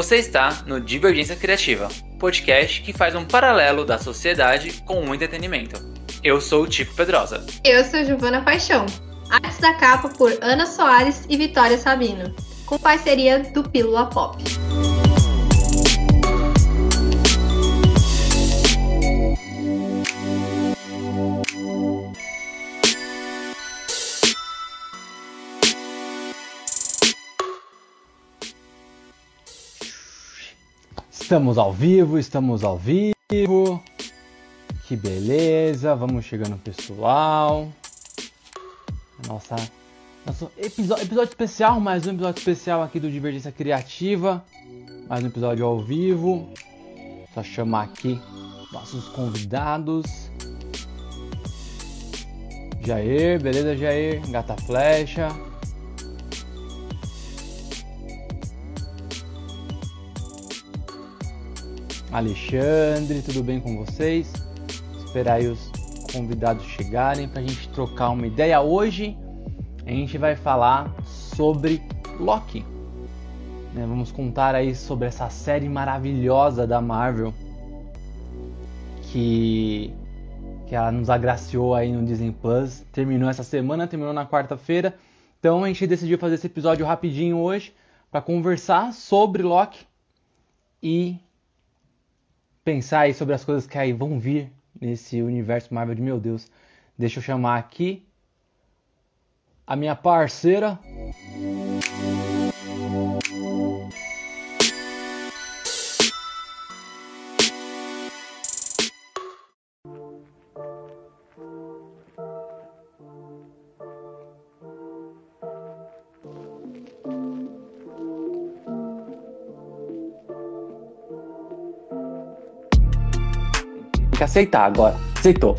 Você está no Divergência Criativa, podcast que faz um paralelo da sociedade com o entretenimento. Eu sou o Tico Pedrosa. Eu sou Giovana Paixão. Artes da capa por Ana Soares e Vitória Sabino, com parceria do Pílula Pop. Estamos ao vivo. Que beleza, vamos chegando pessoal. Nosso episódio especial, mais um episódio especial aqui do Divergência Criativa. Mais um episódio ao vivo. Só chamar aqui nossos convidados. Jair, beleza Jair? Gata Flecha. Alexandre, tudo bem com vocês? Esperar aí os convidados chegarem pra gente trocar uma ideia. Hoje a gente vai falar sobre Loki, né? Vamos contar aí sobre essa série maravilhosa da Marvel que ela nos agraciou aí no Disney Plus. Terminou essa semana, terminou na quarta-feira. Então a gente decidiu fazer esse episódio rapidinho hoje para conversar sobre Loki e pensar aí sobre as coisas que aí vão vir nesse universo Marvel de meu Deus. Deixa eu chamar aqui a minha parceira. Tem que aceitar agora. Aceitou.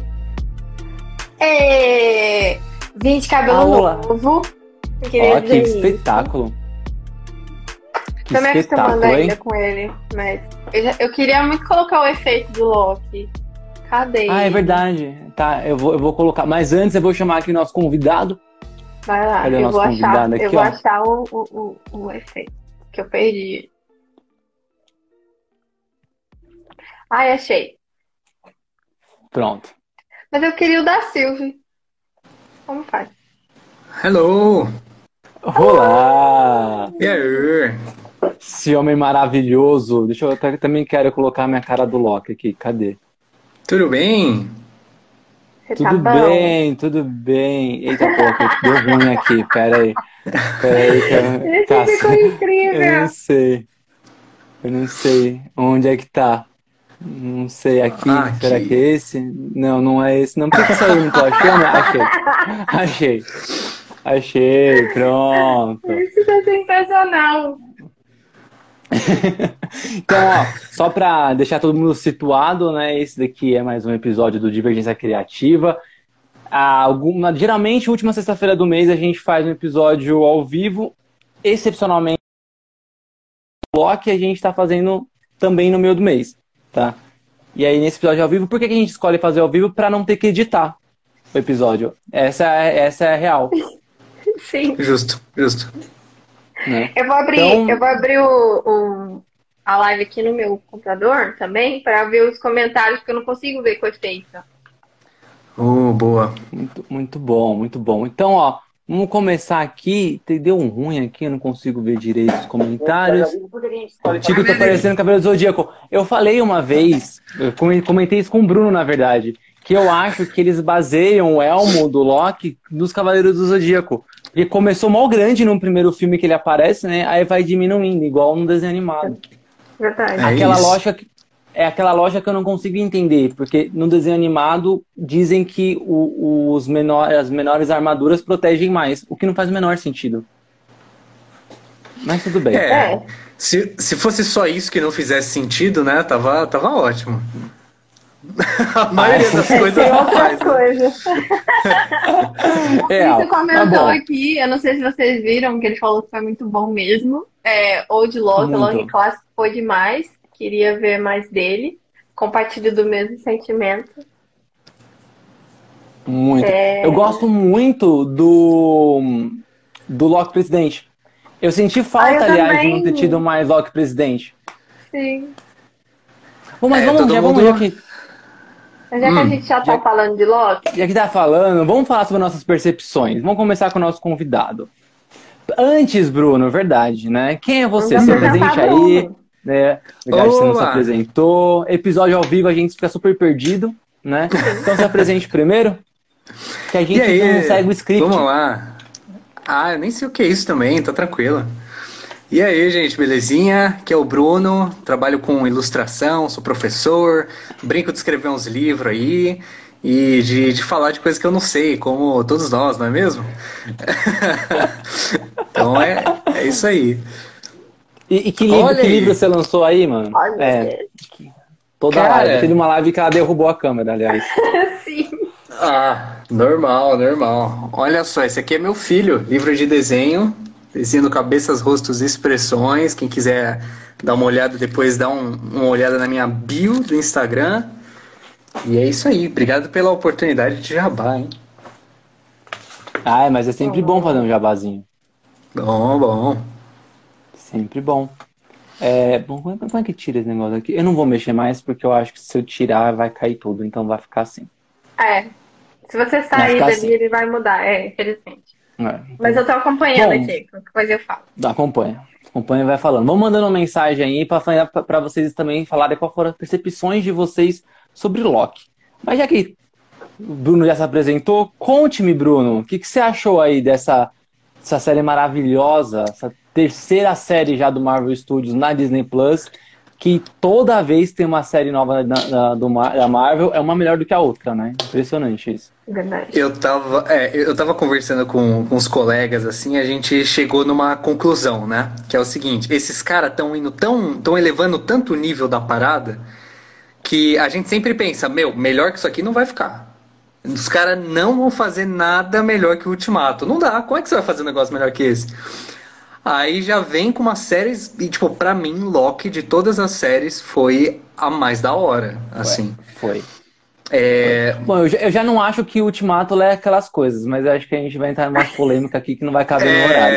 Vim de cabelo novo. Ó, que espetáculo. Que tô me acostumando espetáculo, ainda hein? com ele, mas eu queria muito colocar o efeito do Loki. Cadê Ah, é ele? verdade. Tá, eu vou colocar. Mas antes eu vou chamar aqui o nosso convidado. Vai lá, Cadê o eu nosso vou achar, convidado aqui, eu vou ó? achar o efeito que eu perdi. Ai, achei. Pronto. Mas eu queria o da Sylvie. Como faz? Hello! Olá! E aí? Esse homem maravilhoso. Deixa eu também quero colocar minha cara do Loki aqui. Cadê? Tudo bem? Você Tudo tá bom? bem, tudo bem. Eita, pô, que deu ruim aqui. Pera aí que Esse ficou incrível. Eu não sei onde é que tá. Não sei, aqui. Ah, Será aqui. que é esse? Não, não é esse. Não, por que saiu? Não tô achando? Achei, pronto. Esse tá sensacional. Então, ó, só pra deixar todo mundo situado, né? Esse daqui é mais um episódio do Divergência Criativa. Geralmente, última sexta-feira do mês, a gente faz um episódio ao vivo. Excepcionalmente, o Loki a gente tá fazendo também no meio do mês, tá? E aí, nesse episódio ao vivo, por que a gente escolhe fazer ao vivo? Pra não ter que editar o episódio. Essa é a real, Sim. Justo. né? Eu vou abrir, Então- a live aqui no meu computador também para ver os comentários, porque eu não consigo ver com efeito. Oh, boa. Muito bom, muito bom. Então, ó, vamos começar aqui. Deu um ruim aqui, eu não consigo ver direito os comentários. O Tico tá parecendo Cavaleiro do Zodíaco. Eu falei uma vez, eu comentei isso com o Bruno, na verdade, que eu acho que eles baseiam o elmo do Loki nos Cavaleiros do Zodíaco. Porque começou mal grande no primeiro filme que ele aparece, né? Aí vai diminuindo, igual no desenho animado. Verdade. É Aquela isso. lógica aquela lógica que eu não consigo entender, porque no desenho animado dizem que as menores armaduras protegem mais, o que não faz o menor sentido. Mas tudo bem. É. Se fosse só isso que não fizesse sentido, né? Tava ótimo. A maioria das coisas Tem não outra faz, né? coisa. Você tá comentou bom. aqui, eu não sei se vocês viram, que ele falou que foi muito bom mesmo. Old Loki, Muito. Long Classic foi demais. Queria ver mais dele. Compartilho do mesmo sentimento. Muito. Eu gosto muito do Loki Presidente. Eu senti falta, eu aliás, de também. não ter tido mais Loki presidente. Sim. Bom, mas todo vamos mundo- aqui. Mas já que a gente já tá falando de Loki, Já que tá falando, vamos falar sobre nossas percepções. Vamos começar com o nosso convidado. Antes, Bruno, verdade, né? Quem é você? Vamos Se apresentar apresente aí, Bruno. né? Verdade, você não se Olá. apresentou. Episódio ao vivo, a gente fica super perdido, né? Então se apresente primeiro, que a gente E aí? não segue o script. Vamos lá. Ah, eu nem sei o que é isso também, tá tranquilo. E aí, gente, belezinha? Aqui é o Bruno, trabalho com ilustração, sou professor, brinco de escrever uns livros aí e de falar de coisas que eu não sei, como todos nós, não é mesmo? Então é isso aí. E que Olha aí. livro você lançou aí, mano? Ai, meu É, toda Cara. live. Teve uma live que ela derrubou a câmera, aliás. Sim. Ah, normal, normal. Olha só, esse aqui é meu filho, livro de desenho, desenho cabeças, rostos e expressões. Quem quiser dar uma olhada depois, dá uma olhada na minha bio do Instagram. E é isso aí, obrigado pela oportunidade de jabá, hein? Ai, mas é sempre bom fazer um jabazinho. Bom. Sempre bom. Bom, como é que tira esse negócio aqui? Eu não vou mexer mais porque eu acho que se eu tirar vai cair tudo, então vai ficar assim. Se você Vai sair ficar dali, assim. ele vai mudar, infelizmente. É. Mas eu tô acompanhando Bom. aqui, qualquer coisa eu falo. Acompanha e vai falando. Vamos mandando uma mensagem aí para vocês também falarem qual foram as percepções de vocês sobre Loki. Mas já que o Bruno já se apresentou, conte-me, Bruno, o que você achou aí dessa série maravilhosa, essa terceira série já do Marvel Studios na Disney Plus, que toda vez tem uma série nova da Marvel, é uma melhor do que a outra, né? Impressionante isso. Verdade. Eu tava conversando com uns colegas, assim, a gente chegou numa conclusão, né? Que é o seguinte, esses caras tão elevando tanto o nível da parada, que a gente sempre pensa, melhor que isso aqui não vai ficar. Os caras não vão fazer nada melhor que o Ultimato. Não dá, como é que você vai fazer um negócio melhor que esse? Aí já vem com umas séries, e tipo, pra mim, Loki, de todas as séries, foi a mais da hora, assim. Foi. Bom, eu já não acho que o Ultimato é aquelas coisas, mas eu acho que a gente vai entrar numa polêmica aqui que não vai caber no horário.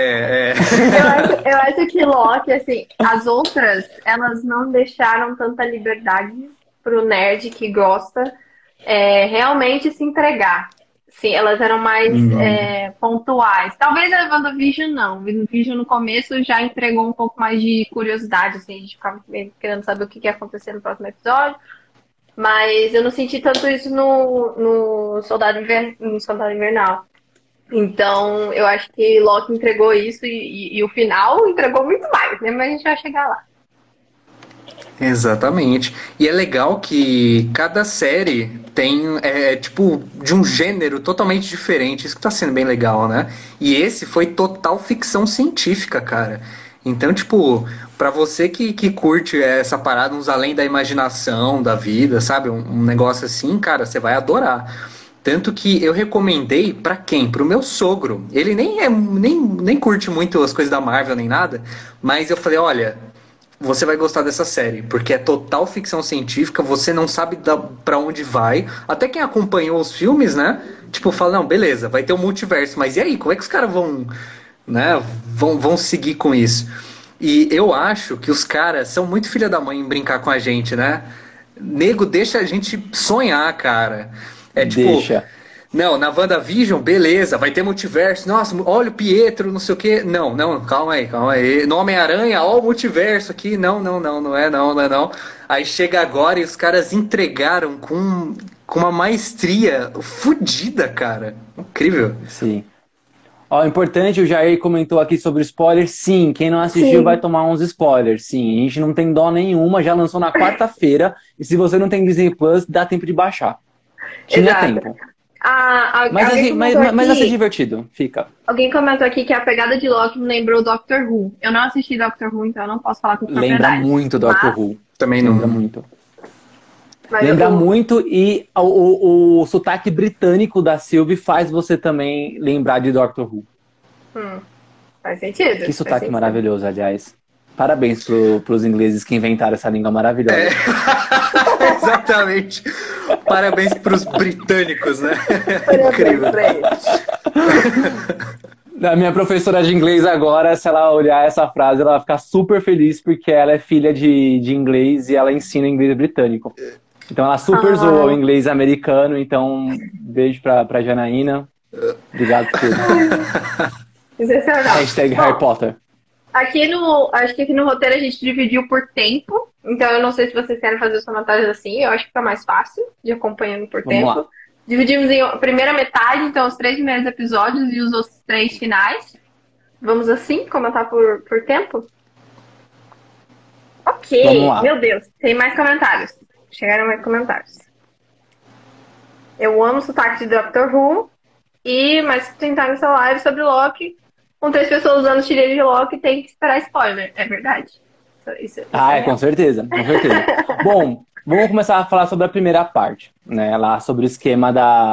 Eu acho que Loki, assim, as outras, elas não deixaram tanta liberdade pro nerd que gosta realmente se entregar. Sim, elas eram mais pontuais. Talvez a WandaVision não. A WandaVision no começo já entregou um pouco mais de curiosidade, assim, a gente ficava querendo saber o que ia acontecer no próximo episódio. Mas eu não senti tanto isso no Soldado Invernal. Então, eu acho que Loki entregou isso e o final entregou muito mais, né? Mas a gente vai chegar lá. Exatamente. E é legal que cada série tem, tipo, de um gênero totalmente diferente. Isso que tá sendo bem legal, né? E esse foi total ficção científica, cara. Então, tipo, pra você que curte essa parada, uns além da imaginação, da vida, sabe? Um negócio assim, cara, você vai adorar. Tanto que eu recomendei pra quem? Pro meu sogro. Ele nem curte muito as coisas da Marvel, nem nada. Mas eu falei, olha, você vai gostar dessa série, porque é total ficção científica, você não sabe pra onde vai. Até quem acompanhou os filmes, né? Tipo, fala, não, beleza, vai ter um multiverso. Mas e aí, como é que os caras vão seguir com isso? E eu acho que os caras são muito filha da mãe em brincar com a gente, né? Nego, deixa a gente sonhar, cara. Tipo, Deixa. Não, na WandaVision, beleza, vai ter multiverso. Nossa, olha o Pietro, não sei o quê. Não, calma aí. No Homem-Aranha, ó o multiverso aqui. Não é não. Aí chega agora e os caras entregaram com uma maestria fodida, cara. Incrível. Sim. Ó, importante, o Jair comentou aqui sobre spoilers. Sim, quem não assistiu vai tomar uns spoilers. Sim, a gente não tem dó nenhuma, já lançou na quarta-feira. E se você não tem Disney Plus, dá tempo de baixar. Tinha Exato. tempo. Mas vai ser divertido, fica. Alguém comentou aqui que a pegada de Loki me lembrou Doctor Who. Eu não assisti Doctor Who, então eu não posso falar com propriedade. Lembra muito Doctor Who. Também não. Lembra muito. Mas Lembra muito, e o sotaque britânico da Sylvie faz você também lembrar de Doctor Who. Faz sentido. Que sotaque maravilhoso, aliás. Parabéns pros ingleses que inventaram essa língua maravilhosa. Exatamente. Parabéns pros britânicos, né? Parabéns Incrível. pra eles. A minha professora de inglês agora, se ela olhar essa frase, ela vai ficar super feliz porque ela é filha de inglês e ela ensina inglês britânico. Então ela super zoa o inglês americano, então beijo pra Janaína. Obrigado por tudo. Hashtag Harry Potter. Acho que aqui no roteiro a gente dividiu por tempo. Então eu não sei se vocês querem fazer os comentários assim. Eu acho que fica mais fácil de acompanhando por Vamos tempo. lá. Dividimos em primeira metade, então os 3 primeiros episódios e os outros 3 finais. Vamos assim, comentar por tempo? Ok, Vamos lá. meu Deus, tem mais comentários. Chegaram mais comentários. Eu amo o sotaque de Doctor Who. Mas tentar nessa live sobre Loki, com 3 pessoas usando tireiro de Loki, tem que esperar spoiler. É verdade. Isso Com certeza, com certeza. Bom, vamos começar a falar sobre a primeira parte, né? Lá sobre o esquema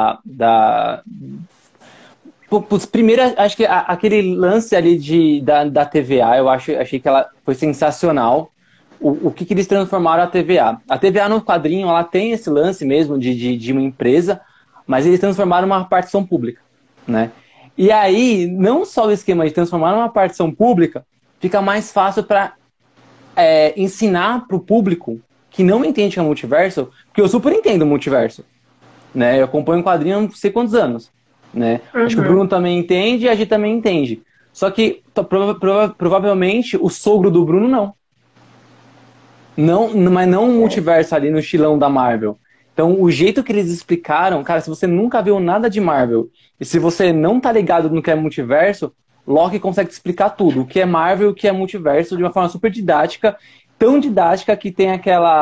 primeiro, acho que aquele lance ali da TVA, achei que ela foi sensacional. O que eles transformaram a TVA. A TVA no quadrinho, ela tem esse lance mesmo de uma empresa, mas eles transformaram uma partição pública, né? E aí, não só o esquema de transformar uma partição pública, fica mais fácil para ensinar para o público que não entende que é multiverso, porque eu super entendo o multiverso, né? Eu acompanho o quadrinho há não sei quantos anos, né? Acho que o Bruno também entende e a Gi também entende. Só que provavelmente o sogro do Bruno não. Mas não um multiverso ali no estilão da Marvel. Então, o jeito que eles explicaram, cara, se você nunca viu nada de Marvel, e se você não tá ligado no que é multiverso, Loki consegue te explicar tudo. O que é Marvel e o que é multiverso de uma forma super didática, tão didática que tem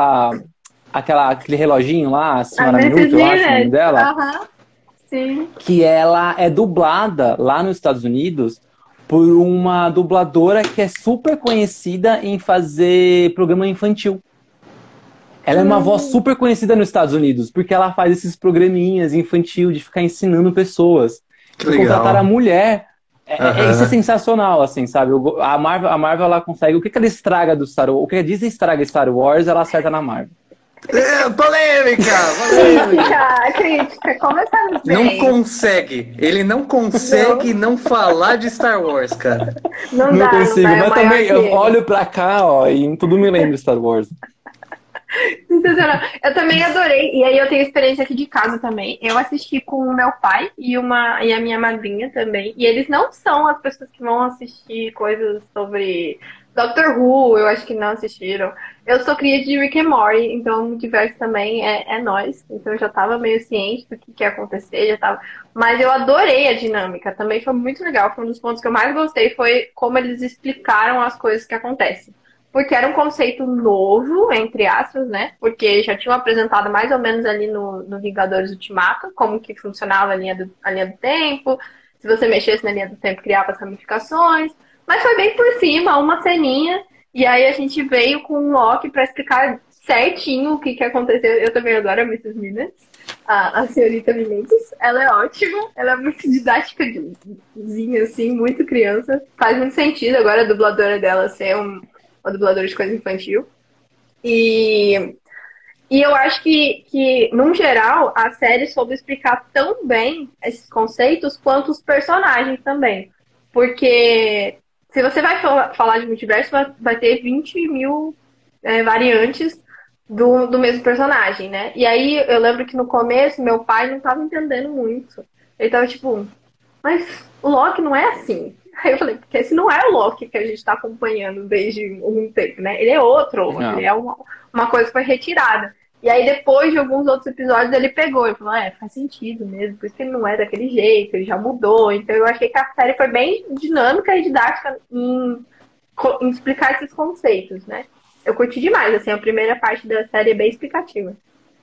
aquele reloginho lá, a Senhora Minuto, eu acho o nome dela. Sim. Que ela é dublada lá nos Estados Unidos por uma dubladora que é super conhecida em fazer programa infantil. Ela é uma voz super conhecida nos Estados Unidos, porque ela faz esses programinhas infantil de ficar ensinando pessoas. Que legal. Contratar a mulher. Isso é sensacional, assim, sabe? A Marvel, ela consegue... O que ela estraga do Star Wars? O que a Disney estraga Star Wars, ela acerta na Marvel. Polêmica! Crítica, começamos bem. Não consegue. Ele não consegue não falar de Star Wars, cara. Não dá, consigo, não dá, mas também eu olho pra cá, ó, e tudo me lembra de Star Wars. Sensacional. Eu também adorei. E aí eu tenho experiência aqui de casa também. Eu assisti com o meu pai e a minha madrinha também. E eles não são as pessoas que vão assistir coisas sobre Doctor Who. Eu acho que não assistiram. Eu sou cria de Rick and Morty, então o multiverso também é nós. Então eu já tava meio ciente do que ia acontecer, já tava. Mas eu adorei a dinâmica. Também foi muito legal. Foi um dos pontos que eu mais gostei, foi como eles explicaram as coisas que acontecem. Porque era um conceito novo, entre aspas, né? Porque já tinham apresentado mais ou menos ali no Vingadores Ultimato, como que funcionava a linha do tempo. Se você mexesse na linha do tempo, criava as ramificações. Mas foi bem por cima, uma ceninha. E aí a gente veio com um Loki pra explicar certinho o que aconteceu. Eu também adoro a Mrs. Minutes, a senhorita Minutes. Ela é ótima, ela é muito didática, assim, muito criança. Faz muito sentido agora a dubladora dela ser uma dubladora de coisa infantil. E eu acho que, num geral, a série soube explicar tão bem esses conceitos quanto os personagens também. Porque se você vai falar de multiverso, vai ter 20 mil variantes do mesmo personagem, né? E aí eu lembro que no começo meu pai não estava entendendo muito. Ele tava tipo, mas o Loki não é assim. Aí eu falei, porque esse não é o Loki que a gente está acompanhando desde um tempo, né? Ele é outro Loki, ele é uma coisa que foi retirada. E aí depois de alguns outros episódios ele pegou e falou, faz sentido mesmo, por isso que ele não é daquele jeito, ele já mudou. Então eu achei que a série foi bem dinâmica e didática em explicar esses conceitos, né? Eu curti demais, assim, a primeira parte da série é bem explicativa.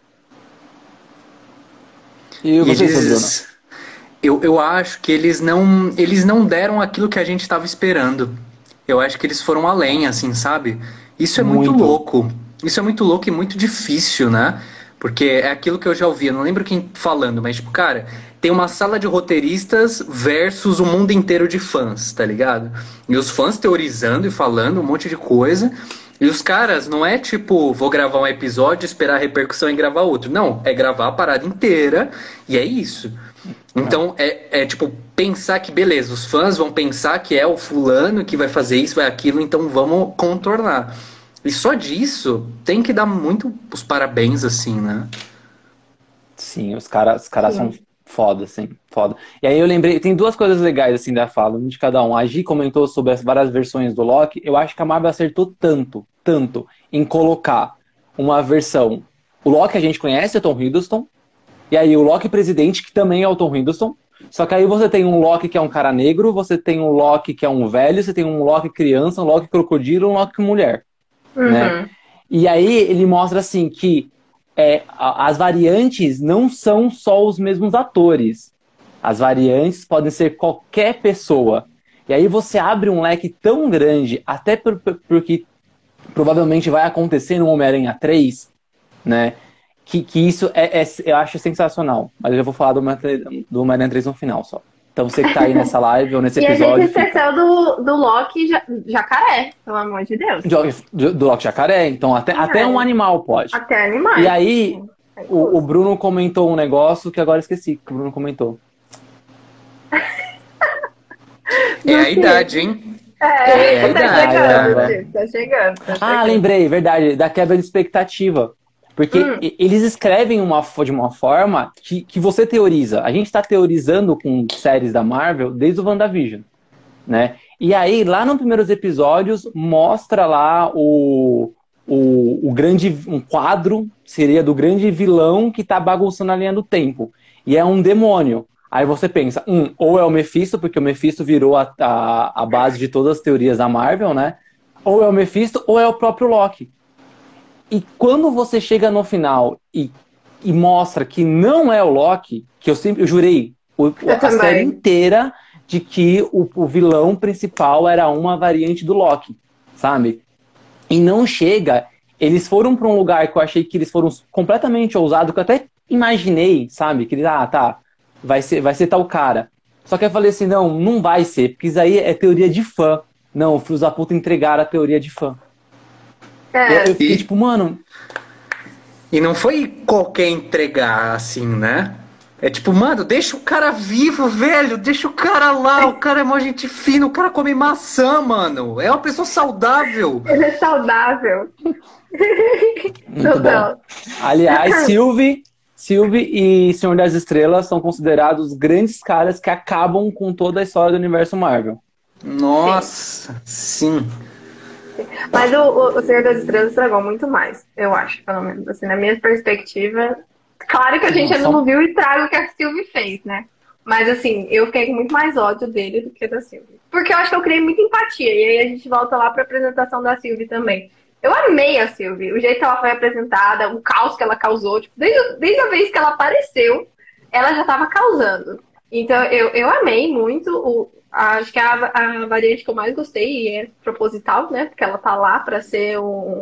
E você, Bruno? Eu acho que eles não deram aquilo que a gente estava esperando. Eu acho que eles foram além, assim, sabe? Isso é muito louco. Isso é muito louco e muito difícil, né? Porque é aquilo que eu já ouvi, eu não lembro quem falando, mas tipo, cara, tem uma sala de roteiristas versus o mundo inteiro de fãs, tá ligado? E os fãs teorizando e falando um monte de coisa. E os caras, não é tipo, vou gravar um episódio, esperar a repercussão e gravar outro. Não, é gravar a parada inteira e é isso. Então, tipo, pensar que, beleza, os fãs vão pensar que é o fulano que vai fazer isso, vai aquilo, então vamos contornar. E só disso tem que dar muito os parabéns, assim, né? Sim, os caras são foda, assim, foda. E aí eu lembrei, tem duas coisas legais, assim, da fala, um de cada um. A Gi comentou sobre as várias versões do Loki. Eu acho que a Marvel acertou tanto em colocar uma versão. O Loki a gente conhece, é Tom Hiddleston. E aí o Loki presidente, que também é o Tom Hiddleston. Só que aí você tem um Loki que é um cara negro, você tem um Loki que é um velho, você tem um Loki criança, um Loki crocodilo, um Loki mulher. Né? E aí ele mostra assim que as variantes não são só os mesmos atores. As variantes podem ser qualquer pessoa. E aí você abre um leque tão grande, até porque provavelmente vai acontecer no Homem-Aranha 3, né? Que isso eu acho sensacional. Mas eu já vou falar do Homem-Aranha 3 no final só. Então você que tá aí nessa live ou nesse episódio... E a gente esqueceu do Loki jacaré, pelo amor de Deus. Do Loki jacaré, então até um animal pode. Até animais. E aí, o Bruno comentou um negócio que agora esqueci, que o Bruno comentou. É a idade, hein? Tá chegando. Lembrei, verdade, da quebra de expectativa. Porque eles escrevem de uma forma que você teoriza. A gente está teorizando com séries da Marvel desde o WandaVision, né? E aí, lá nos primeiros episódios, mostra lá um quadro, seria do grande vilão que tá bagunçando a linha do tempo. E é um demônio. Aí você pensa, ou é o Mephisto, porque o Mephisto virou a base de todas as teorias da Marvel, né? Ou é o Mephisto, ou é o próprio Loki. E quando você chega no final e mostra que não é o Loki, que eu jurei a série inteira de que o vilão principal era uma variante do Loki, sabe? E não chega, eles foram para um lugar que eu achei que eles foram completamente ousados, que eu até imaginei, sabe? Que eles, vai ser tal cara. Só que eu falei assim, não vai ser, porque isso aí é teoria de fã. Não, os filhos da puta entregaram a teoria de fã. Eu fiquei tipo, mano... E não foi qualquer entregar, assim, né? É tipo, mano, deixa o cara vivo, velho. Deixa o cara lá. O cara é mó gente fina. O cara come maçã, mano. É uma pessoa saudável. Ele é saudável. Muito bom. Aliás, Sylvie e Senhor das Estrelas são considerados grandes caras que acabam com toda a história do universo Marvel. Nossa, sim. Mas o Senhor das Estrelas estragou muito mais, eu acho, pelo menos. Assim, na minha perspectiva. Claro que a gente ainda não viu o estrago que a Sylvie fez, né? Mas assim, eu fiquei com muito mais ódio dele do que da Sylvie. Porque eu acho que eu criei muita empatia. E aí a gente volta lá pra apresentação da Sylvie também. Eu amei a Sylvie, o jeito que ela foi apresentada, o caos que ela causou. Tipo, desde a vez que ela apareceu, ela já tava causando. Então eu amei muito acho que a variante que eu mais gostei, e é proposital, né? Porque ela tá lá pra ser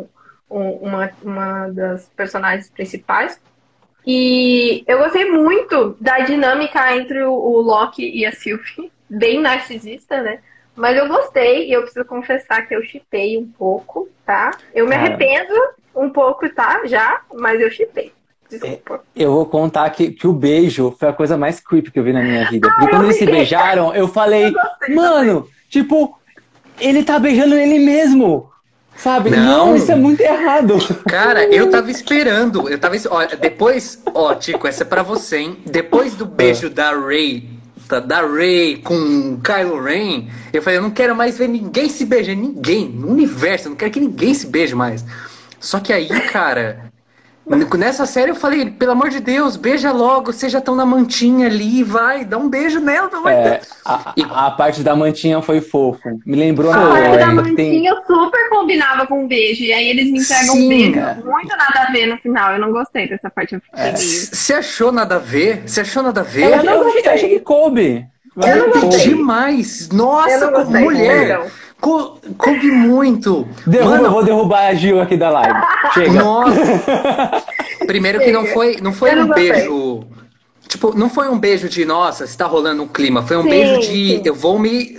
uma das personagens principais. E eu gostei muito da dinâmica entre o Loki e a Sylvie. Bem narcisista, né? Mas eu gostei, e eu preciso confessar que eu shippei um pouco, tá? Eu me arrependo um pouco, tá? Já, mas eu shippei. Desculpa. Eu vou contar que o beijo foi a coisa mais creepy que eu vi na minha vida. Porque quando eles se beijaram, eu falei, mano, tipo, ele tá beijando ele mesmo. Sabe? Não, isso é muito errado. Cara, eu tava esperando. Ó, depois, Tico, essa é pra você, hein? Depois do beijo da Rey com Kylo Ren, eu falei, eu não quero mais ver ninguém se beijar. Ninguém, no universo, eu não quero que ninguém se beije mais. Só que aí, cara... Nessa série eu falei, pelo amor de Deus, beija logo, vocês já estão na mantinha ali, vai, dá um beijo nela. A parte da mantinha foi fofo. Me lembrou a parte da mantinha super combinava com um beijo. E aí eles me entregam um beijo muito nada a ver no final. Eu não gostei dessa parte. Você achou nada a ver? Eu achei que coube. Eu não gostei. Demais. Nossa, mulher. Coube muito. Eu vou derrubar a Gil aqui da live. Chega. Nossa. Primeiro que não foi um beijo. Tipo, não foi um beijo de nossa, está rolando um clima. Foi um beijo de eu vou me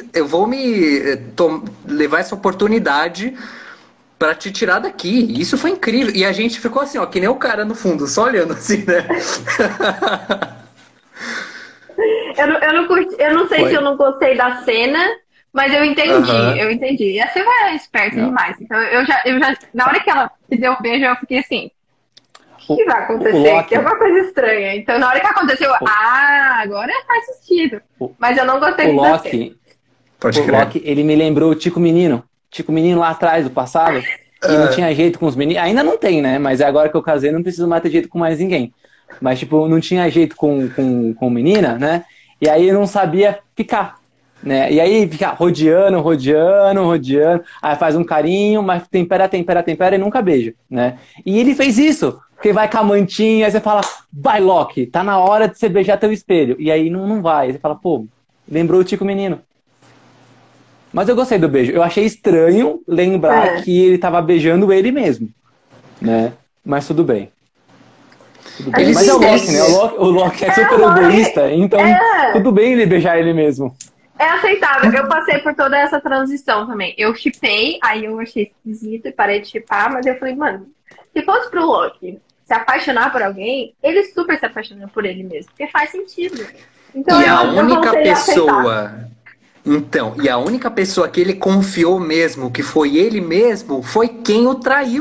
levar essa oportunidade pra te tirar daqui. Isso foi incrível. E a gente ficou assim, ó, que nem o cara no fundo, só olhando assim, né? eu não sei se eu não gostei da cena, mas eu entendi. E a Silvia é esperta demais. Então eu já, na hora que ela me deu um beijo, eu fiquei assim, o que vai acontecer? Tem alguma coisa estranha. Então na hora que aconteceu, agora faz sentido. Mas eu não gostei da cena. O Loki, ele me lembrou o Tico Menino. Tico Menino lá atrás, do passado. E não tinha jeito com os meninos. Ainda não tem, né? Mas agora que eu casei, não preciso mais ter jeito com mais ninguém. Mas, tipo, não tinha jeito com menina, né? E aí eu não sabia ficar, né? E aí fica rodeando. Aí faz um carinho, mas tempera e nunca beija, né? E ele fez isso. Porque vai com a mantinha, aí você fala, vai, Loki, tá na hora de você beijar teu espelho. E aí não vai. Aí você fala, pô, lembrou o Tico Menino. Mas eu gostei do beijo. Eu achei estranho lembrar que ele tava beijando ele mesmo, né? Mas tudo bem. Mas é o Loki, né? O Loki é super egoísta, então tudo bem ele beijar ele mesmo. É aceitável. Eu passei por toda essa transição também. Eu shippei, aí eu achei esquisito e parei de shippar, mas eu falei, mano, se fosse pro Loki se apaixonar por alguém, ele super se apaixona por ele mesmo, porque faz sentido. Então, e a única pessoa que ele confiou mesmo, que foi ele mesmo, foi quem o traiu.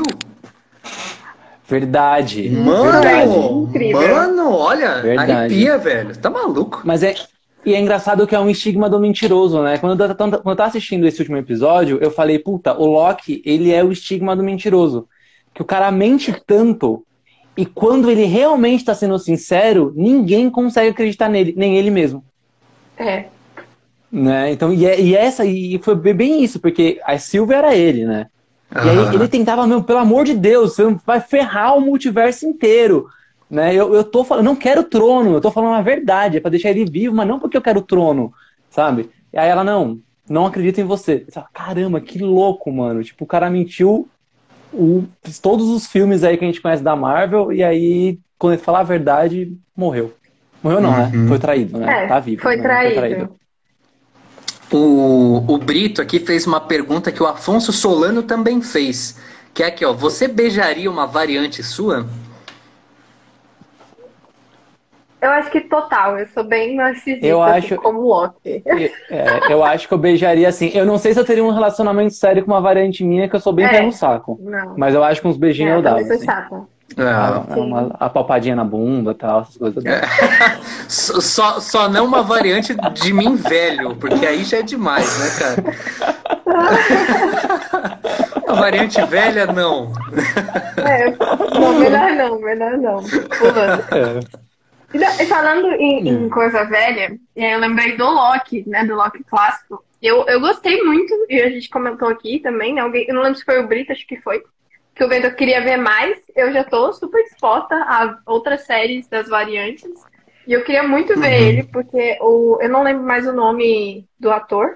Verdade. Mano, olha, arrepia, velho. Tá maluco. E é engraçado que é um estigma do mentiroso, né? Quando eu tava assistindo esse último episódio, eu falei, puta, o Loki, ele é o estigma do mentiroso. Que o cara mente tanto, e quando ele realmente tá sendo sincero, ninguém consegue acreditar nele, nem ele mesmo. Né? Então, e foi bem isso, porque a Sylvie era ele, né? E aí ele tentava, meu, pelo amor de Deus, você vai ferrar o multiverso inteiro, né? Eu tô falando, não quero o trono, eu tô falando a verdade, é pra deixar ele vivo, mas não porque eu quero o trono, sabe? E aí ela, não acredito em você. Fala, caramba, que louco, mano. Tipo, o cara mentiu todos os filmes aí que a gente conhece da Marvel, e aí, quando ele falar a verdade, morreu. Morreu não, né? Foi traído, né? Tá vivo. Foi traído. O Brito aqui fez uma pergunta que o Afonso Solano também fez. Que é aqui, ó. Você beijaria uma variante sua? Eu acho que total. Eu sou bem narcisista, como Loki. Eu acho que eu beijaria assim. Eu não sei se eu teria um relacionamento sério com uma variante minha, que eu sou bem pé no saco. Não. Mas eu acho que uns beijinhos eu dava. Assim. Chata. A palpadinha na bunda e tal, essas coisas. Só não uma variante de mim velho, porque aí já é demais, né, cara? A variante velha, não. Melhor não. E falando em coisa velha, eu lembrei do Loki, né? Do Loki clássico. Eu gostei muito, e a gente comentou aqui também, né? Eu não lembro se foi o Brito, acho que foi. Que o Bento queria ver mais. Eu já tô super disposta a outras séries das variantes. E eu queria muito ver ele, porque eu não lembro mais o nome do ator.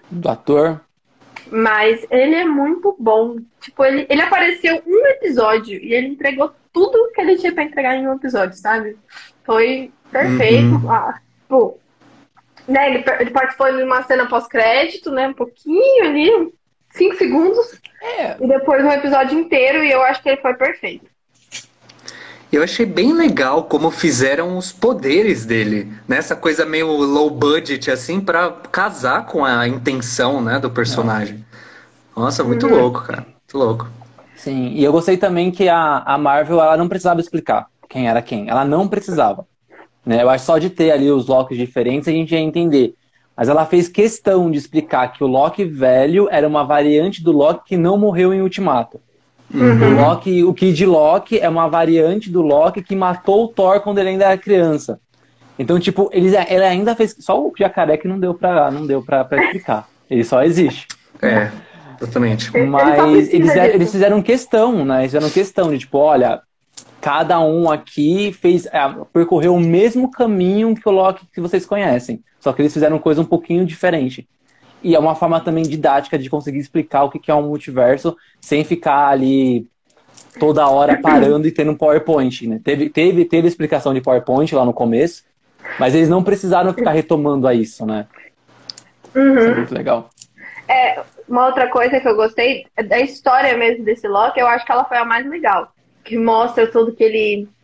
Mas ele é muito bom. Tipo, ele apareceu um episódio e ele entregou tudo que ele tinha pra entregar em um episódio, sabe? Foi perfeito. Né, ele participou de uma cena pós-crédito, né? Um pouquinho ali, 5 segundos. E depois um episódio inteiro, e eu acho que ele foi perfeito. Eu achei bem legal como fizeram os poderes dele, né? Essa coisa meio low budget, assim, pra casar com a intenção, né, do personagem. Nossa, muito louco, cara. Muito louco. Sim, e eu gostei também que a Marvel, ela não precisava explicar quem era quem. Ela não precisava. Né? Eu acho que só de ter ali os Lokis diferentes a gente ia entender. Mas ela fez questão de explicar que o Loki velho era uma variante do Loki que não morreu em Ultimato. O Kid Loki é uma variante do Loki que matou o Thor quando ele ainda era criança. Então, tipo, ele ainda fez... Só o jacaré que não deu pra explicar. Ele só existe. Exatamente. Mas eles fizeram questão, né? Eles fizeram questão de, tipo, olha... Cada um aqui percorreu o mesmo caminho que o Loki que vocês conhecem. Só que eles fizeram coisa um pouquinho diferente. E é uma forma também didática de conseguir explicar o que é um multiverso sem ficar ali toda hora parando e tendo um PowerPoint, né? Teve explicação de PowerPoint lá no começo, mas eles não precisaram ficar retomando a isso, né? Isso é muito legal. Uma outra coisa que eu gostei da história mesmo desse Loki, eu acho que ela foi a mais legal. Que mostra tudo que ele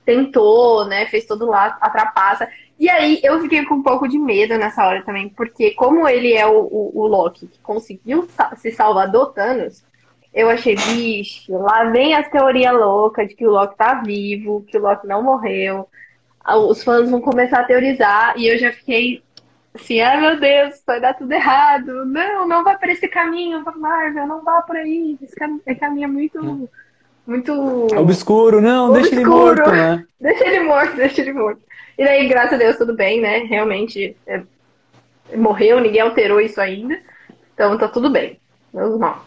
tentou, né? Fez todo lá a trapaça. E aí eu fiquei com um pouco de medo nessa hora também, porque como ele é o Loki que conseguiu se salvar do Thanos, eu achei, bicho, lá vem as teorias loucas de que o Loki tá vivo, que o Loki não morreu. Os fãs vão começar a teorizar e eu já fiquei assim, ai meu Deus, vai dar tudo errado. Não vai por esse caminho, Marvel, não vá por aí. Esse caminho é muito obscuro, não, deixa ele obscuro. morto, né? Deixa ele morto. E daí, graças a Deus, tudo bem, né? Realmente morreu, ninguém alterou isso ainda. Então tá tudo bem. Menos mal.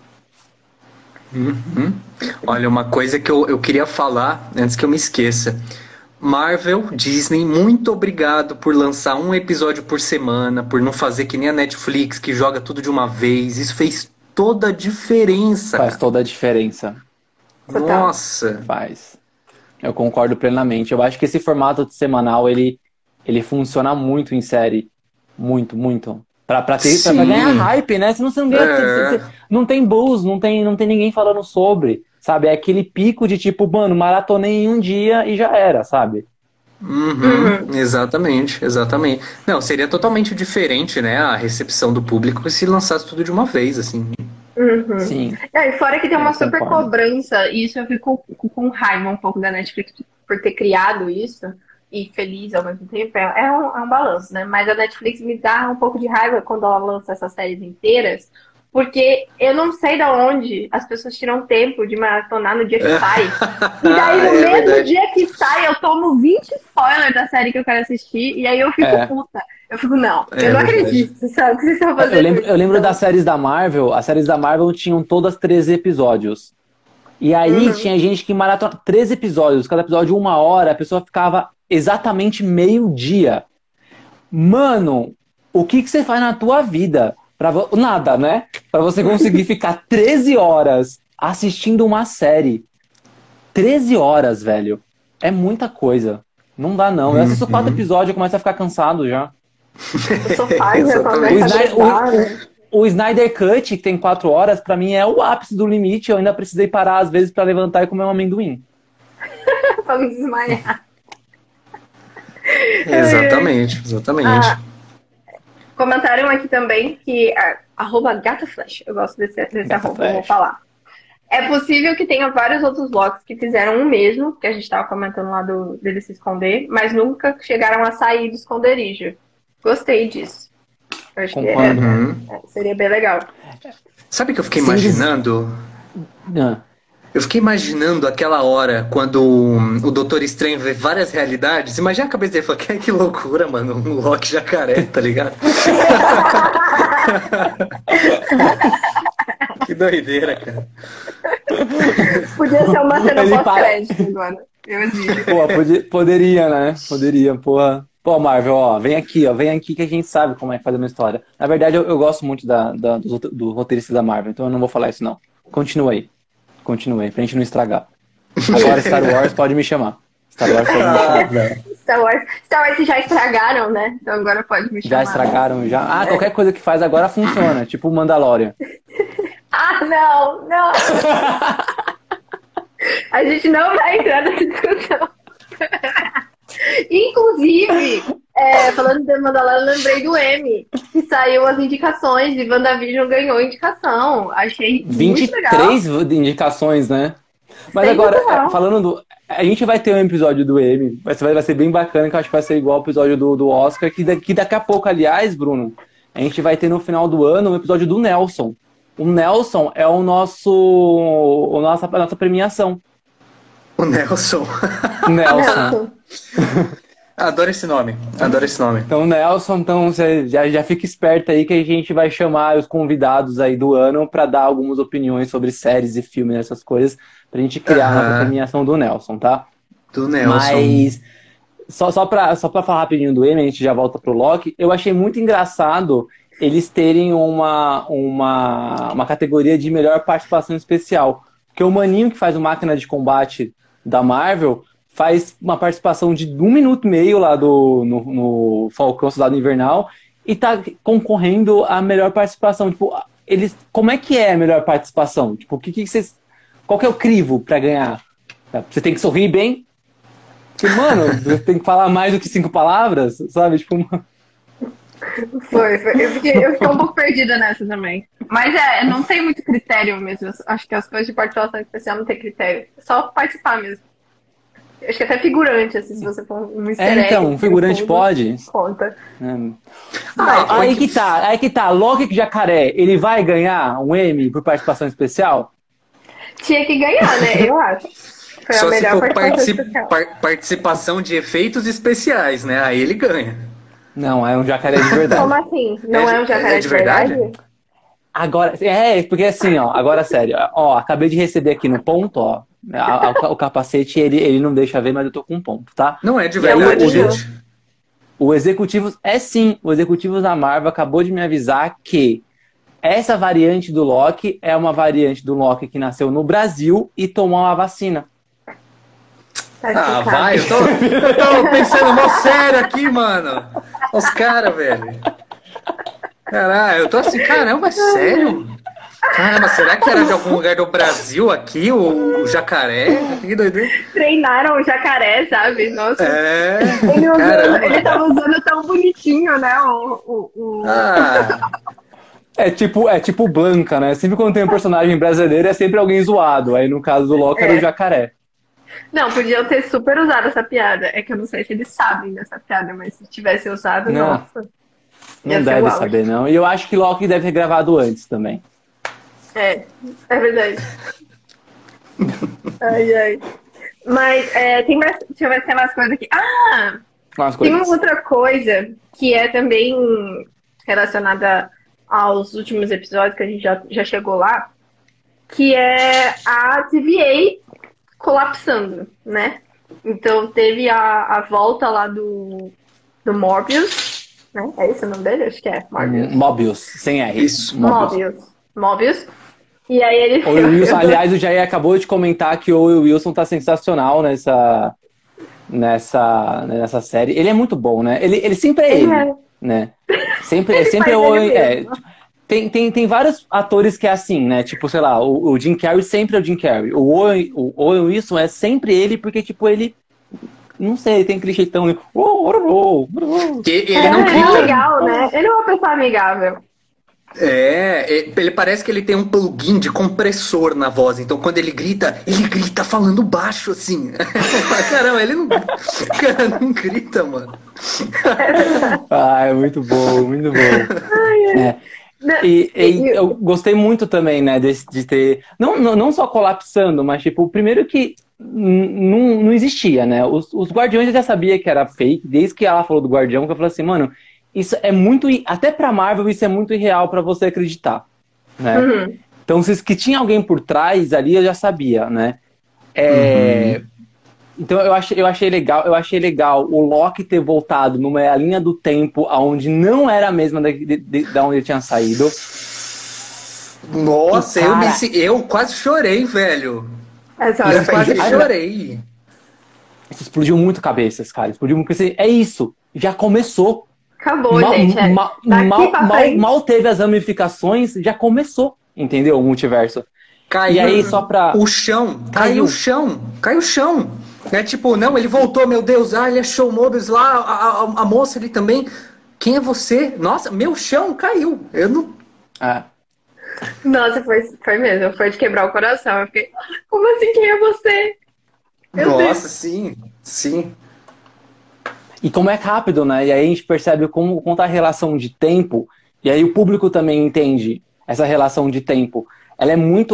Uhum. Olha, uma coisa que eu queria falar antes que eu me esqueça. Marvel, Disney, muito obrigado por lançar um episódio por semana, por não fazer que nem a Netflix, que joga tudo de uma vez. Isso fez toda a diferença. Faz toda a diferença. Nossa. Faz. Eu concordo plenamente. Eu acho que esse formato de semanal, ele funciona muito em série. Muito, muito. Pra ganhar hype, né? Senão você não ganha. Não tem buzz, não tem ninguém falando sobre. Sabe? É aquele pico de tipo, mano, maratonei em um dia e já era, sabe? Exatamente. Não, seria totalmente diferente, né? A recepção do público se lançasse tudo de uma vez, assim. Sim. E fora que tem uma super cobrança, e isso eu fico com raiva um pouco da Netflix por ter criado isso, e feliz ao mesmo tempo, é um balanço, né? Mas a Netflix me dá um pouco de raiva quando ela lança essas séries inteiras, porque eu não sei de onde as pessoas tiram tempo de maratonar no dia que sai. E daí no mesmo dia que sai, eu tomo 20 spoilers da série que eu quero assistir, e aí eu fico puta. Eu fico, não, eu não acredito, sabe? O que vocês estão fazendo? Eu lembro das séries da Marvel, as séries da Marvel tinham todas 13 episódios. E aí tinha gente que maratona 13 episódios, cada episódio 1 hora, a pessoa ficava exatamente meio-dia. Mano, o que você faz na tua vida? Nada, né? Pra você conseguir ficar 13 horas assistindo uma série. 13 horas, velho. É muita coisa. Não dá, não. Eu assisto 4 episódios e começo a ficar cansado já. O sofá já começa o Snyder Cut, que tem 4 horas, pra mim é o ápice do limite. Eu ainda precisei parar, às vezes, pra levantar e comer um amendoim. Pra me desmaiar. Exatamente. Comentaram aqui também que @gataflash, eu gosto desse arroba, vou falar. É possível que tenha vários outros Locks que fizeram o mesmo, que a gente tava comentando lá dele se esconder, mas nunca chegaram a sair do esconderijo. Gostei disso. Eu acho que seria bem legal. Sabe o que eu fiquei imaginando? Eu fiquei imaginando aquela hora quando o Doutor Estranho vê várias realidades. Imagina a cabeça dele e fala, que loucura, mano, um Loki jacaré, tá ligado? Que doideira, cara. Podia ser uma cena pós-crédito agora. Eu exijo. Pô, poderia, né? Poderia, porra. Pô, Marvel, vem aqui que a gente sabe como é que faz uma história. Na verdade, eu gosto muito do roteirista da Marvel, então eu não vou falar isso, não. Continua aí, pra gente não estragar. Agora Star Wars pode me chamar. Star Wars já estragaram, né? Então agora pode me chamar. Já estragaram, já. Qualquer coisa que faz agora funciona, tipo o Mandalorian. Não! A gente não vai entrar nessa discussão. Inclusive, falando de Mandalorian, eu lembrei do M, que saiu as indicações e WandaVision ganhou indicação. Achei 23 indicações, né? Mas bem agora, falando do... A gente vai ter um episódio do M, vai ser bem bacana, que eu acho que vai ser igual ao episódio do Oscar, que daqui a pouco, aliás, Bruno, a gente vai ter no final do ano um episódio do Nelson. O Nelson é a nossa premiação. O Nelson. Nelson. Adoro esse nome. Então, Nelson, você já fica esperto aí que a gente vai chamar os convidados aí do ano para dar algumas opiniões sobre séries e filmes, essas coisas, pra gente criar a nossa premiação do Nelson, tá? Do Nelson. Mas, só pra falar rapidinho do M, a gente já volta pro Loki, eu achei muito engraçado eles terem uma categoria de melhor participação especial. Porque o maninho que faz o Máquina de Combate da Marvel faz uma participação de 1 minuto e meio lá no Falcão Soldado Invernal e tá concorrendo a melhor participação. Tipo, como é que é a melhor participação? Tipo, qual que é o crivo pra ganhar? Você tem que sorrir bem? Porque, mano, tem que falar mais do que 5 palavras, sabe? Tipo, Foi. Eu fiquei um pouco perdida nessa também. Mas não tem muito critério mesmo. Eu acho que as coisas de participação especial não tem critério. É só participar mesmo. Eu acho que até figurante, assim, se você for um easter egg, então, um figurante pode. Conta. Aí que tá. Loki Jacaré, ele vai ganhar um Emmy por participação especial? Tinha que ganhar, né? Eu acho. Foi Só a melhor se for participação especial. participação de efeitos especiais, né? Aí ele ganha. Não, é um jacaré de verdade. Como assim? Não é um jacaré de verdade? Agora, porque assim, ó, agora sério, ó, acabei de receber aqui no ponto, ó, o capacete ele não deixa ver, mas eu tô com um ponto, tá? Não é de verdade, gente. O Executivos, o Executivos da Marvel acabou de me avisar que essa variante do Loki é uma variante do Loki que nasceu no Brasil e tomou a vacina. Tá vai, eu tô pensando mó sério aqui, mano. Os caras, velho. Caralho, eu tô assim, caramba, é sério? Caramba, será que era de algum lugar do Brasil aqui, o jacaré? Que doideira. Treinaram o jacaré, sabe? Nossa. Ele tava usando tão bonitinho, né? É tipo Blanca, né? Sempre quando tem um personagem brasileiro é sempre alguém zoado. Aí no caso do Loki era o jacaré. Não, podiam ter super usado essa piada. É que eu não sei se eles sabem dessa piada, mas se tivesse usado, nossa. Não deve saber, não. E eu acho que Loki deve ter gravado antes também. É verdade. Ai. Mas deixa eu ver se tem mais coisa aqui. Tem uma outra coisa que é também relacionada aos últimos episódios, que a gente já chegou lá, que é a TVA colapsando, né? Então teve a volta lá do Morbius, né? É esse o nome dele? Acho que é Mobius, sem R. Isso. Mobius. E aí ele... O Wilson, aliás, o Jair acabou de comentar que o Wilson tá sensacional nessa série. Ele é muito bom, né? Ele sempre é ele, né? Sempre Tem vários atores que é assim, né? Tipo, sei lá, o Jim Carrey sempre é o Jim Carrey. O Owen Wilson é sempre ele, porque, tipo, ele... Não sei, tem aquele jeitão... Ele não grita. É legal, né? Ele é uma pessoa amigável. Ele parece que ele tem um plugin de compressor na voz. Então, quando ele grita falando baixo, assim. Caramba, ele não grita, mano. É muito bom, muito bom. Eu gostei muito também, né, de ter... Não só colapsando, mas, tipo, primeiro que não existia, né? Os Guardiões eu já sabia que era fake, desde que ela falou do Guardião, que eu falei assim, mano, isso é muito... Até pra Marvel isso é muito irreal pra você acreditar, né? Uhum. Então, se que tinha alguém por trás ali, eu já sabia, né? Então eu achei legal o Loki ter voltado numa linha do tempo onde não era a mesma da onde ele tinha saído. Nossa, eu quase chorei, velho. Eu quase chorei. Isso explodiu muito cabeças, cara. Explodiu muito. É isso. Já começou. Acabou, gente. Mal teve as ramificações, já começou. Entendeu? O multiverso. Caiu. E aí, só pra... O chão. Caiu o chão. É tipo, não, ele voltou, meu Deus. Ele achou o Mobius lá. A moça ali também. Quem é você? Nossa, meu chão caiu. Eu não... Nossa, foi mesmo. Foi de quebrar o coração. Eu fiquei, como assim, quem é você? Nossa, sim. E como é rápido, né? E aí a gente percebe como a relação de tempo, e aí o público também entende essa relação de tempo. Ela é muito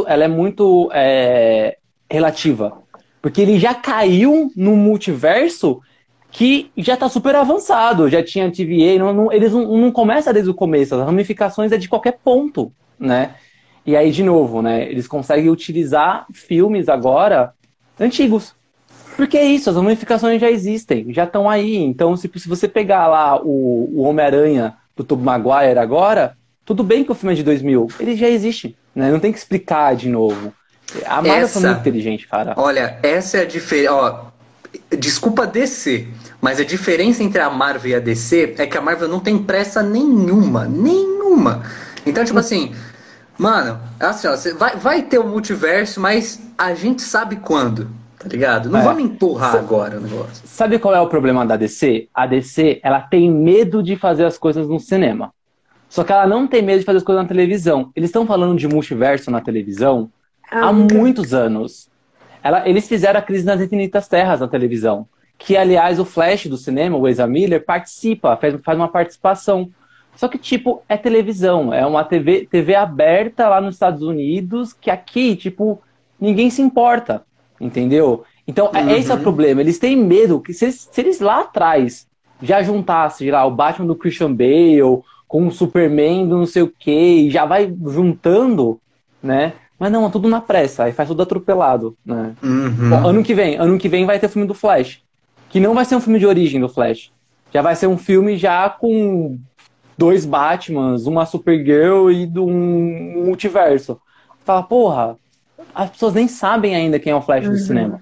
relativa. Porque ele já caiu no multiverso que já tá super avançado. Já tinha TVA, eles não começam desde o começo. As ramificações é de qualquer ponto, né? E aí, de novo, né? Eles conseguem utilizar filmes agora antigos. Porque é isso, as ramificações já existem, já estão aí. Então, se você pegar lá o Homem-Aranha do Tobey Maguire agora, tudo bem que o filme é de 2000, ele já existe, né? Não tem que explicar de novo. A Marvel é muito inteligente, cara. Olha, essa é a diferença. Desculpa DC, mas a diferença entre a Marvel e a DC é que a Marvel não tem pressa nenhuma. Então, tipo assim, mano, assim, ó, vai ter o multiverso, mas a gente sabe quando. tá ligado? Não vamos empurrar agora o negócio. Sabe qual é o problema da DC? A DC, ela tem medo de fazer as coisas no cinema. Só que ela não tem medo de fazer as coisas na televisão. Eles estão falando de multiverso na televisão há muitos anos. Eles fizeram a Crise nas Infinitas Terras na televisão. Que, aliás, o Flash do cinema, o Ezra Miller, participa, faz uma participação. Só que, tipo, é televisão. É uma TV aberta lá nos Estados Unidos, que aqui, tipo, ninguém se importa. Entendeu? Então, esse é o problema. Eles têm medo que se eles lá atrás já juntassem lá o Batman do Christian Bale com o Superman do não sei o que, e já vai juntando, né? Mas não, tudo na pressa, aí faz tudo atropelado, né? Bom, ano que vem vai ter o filme do Flash, que não vai ser um filme de origem do Flash. Já vai ser um filme já com 2 Batmans, uma Supergirl e um multiverso. Fala, porra, as pessoas nem sabem ainda quem é o Flash do cinema.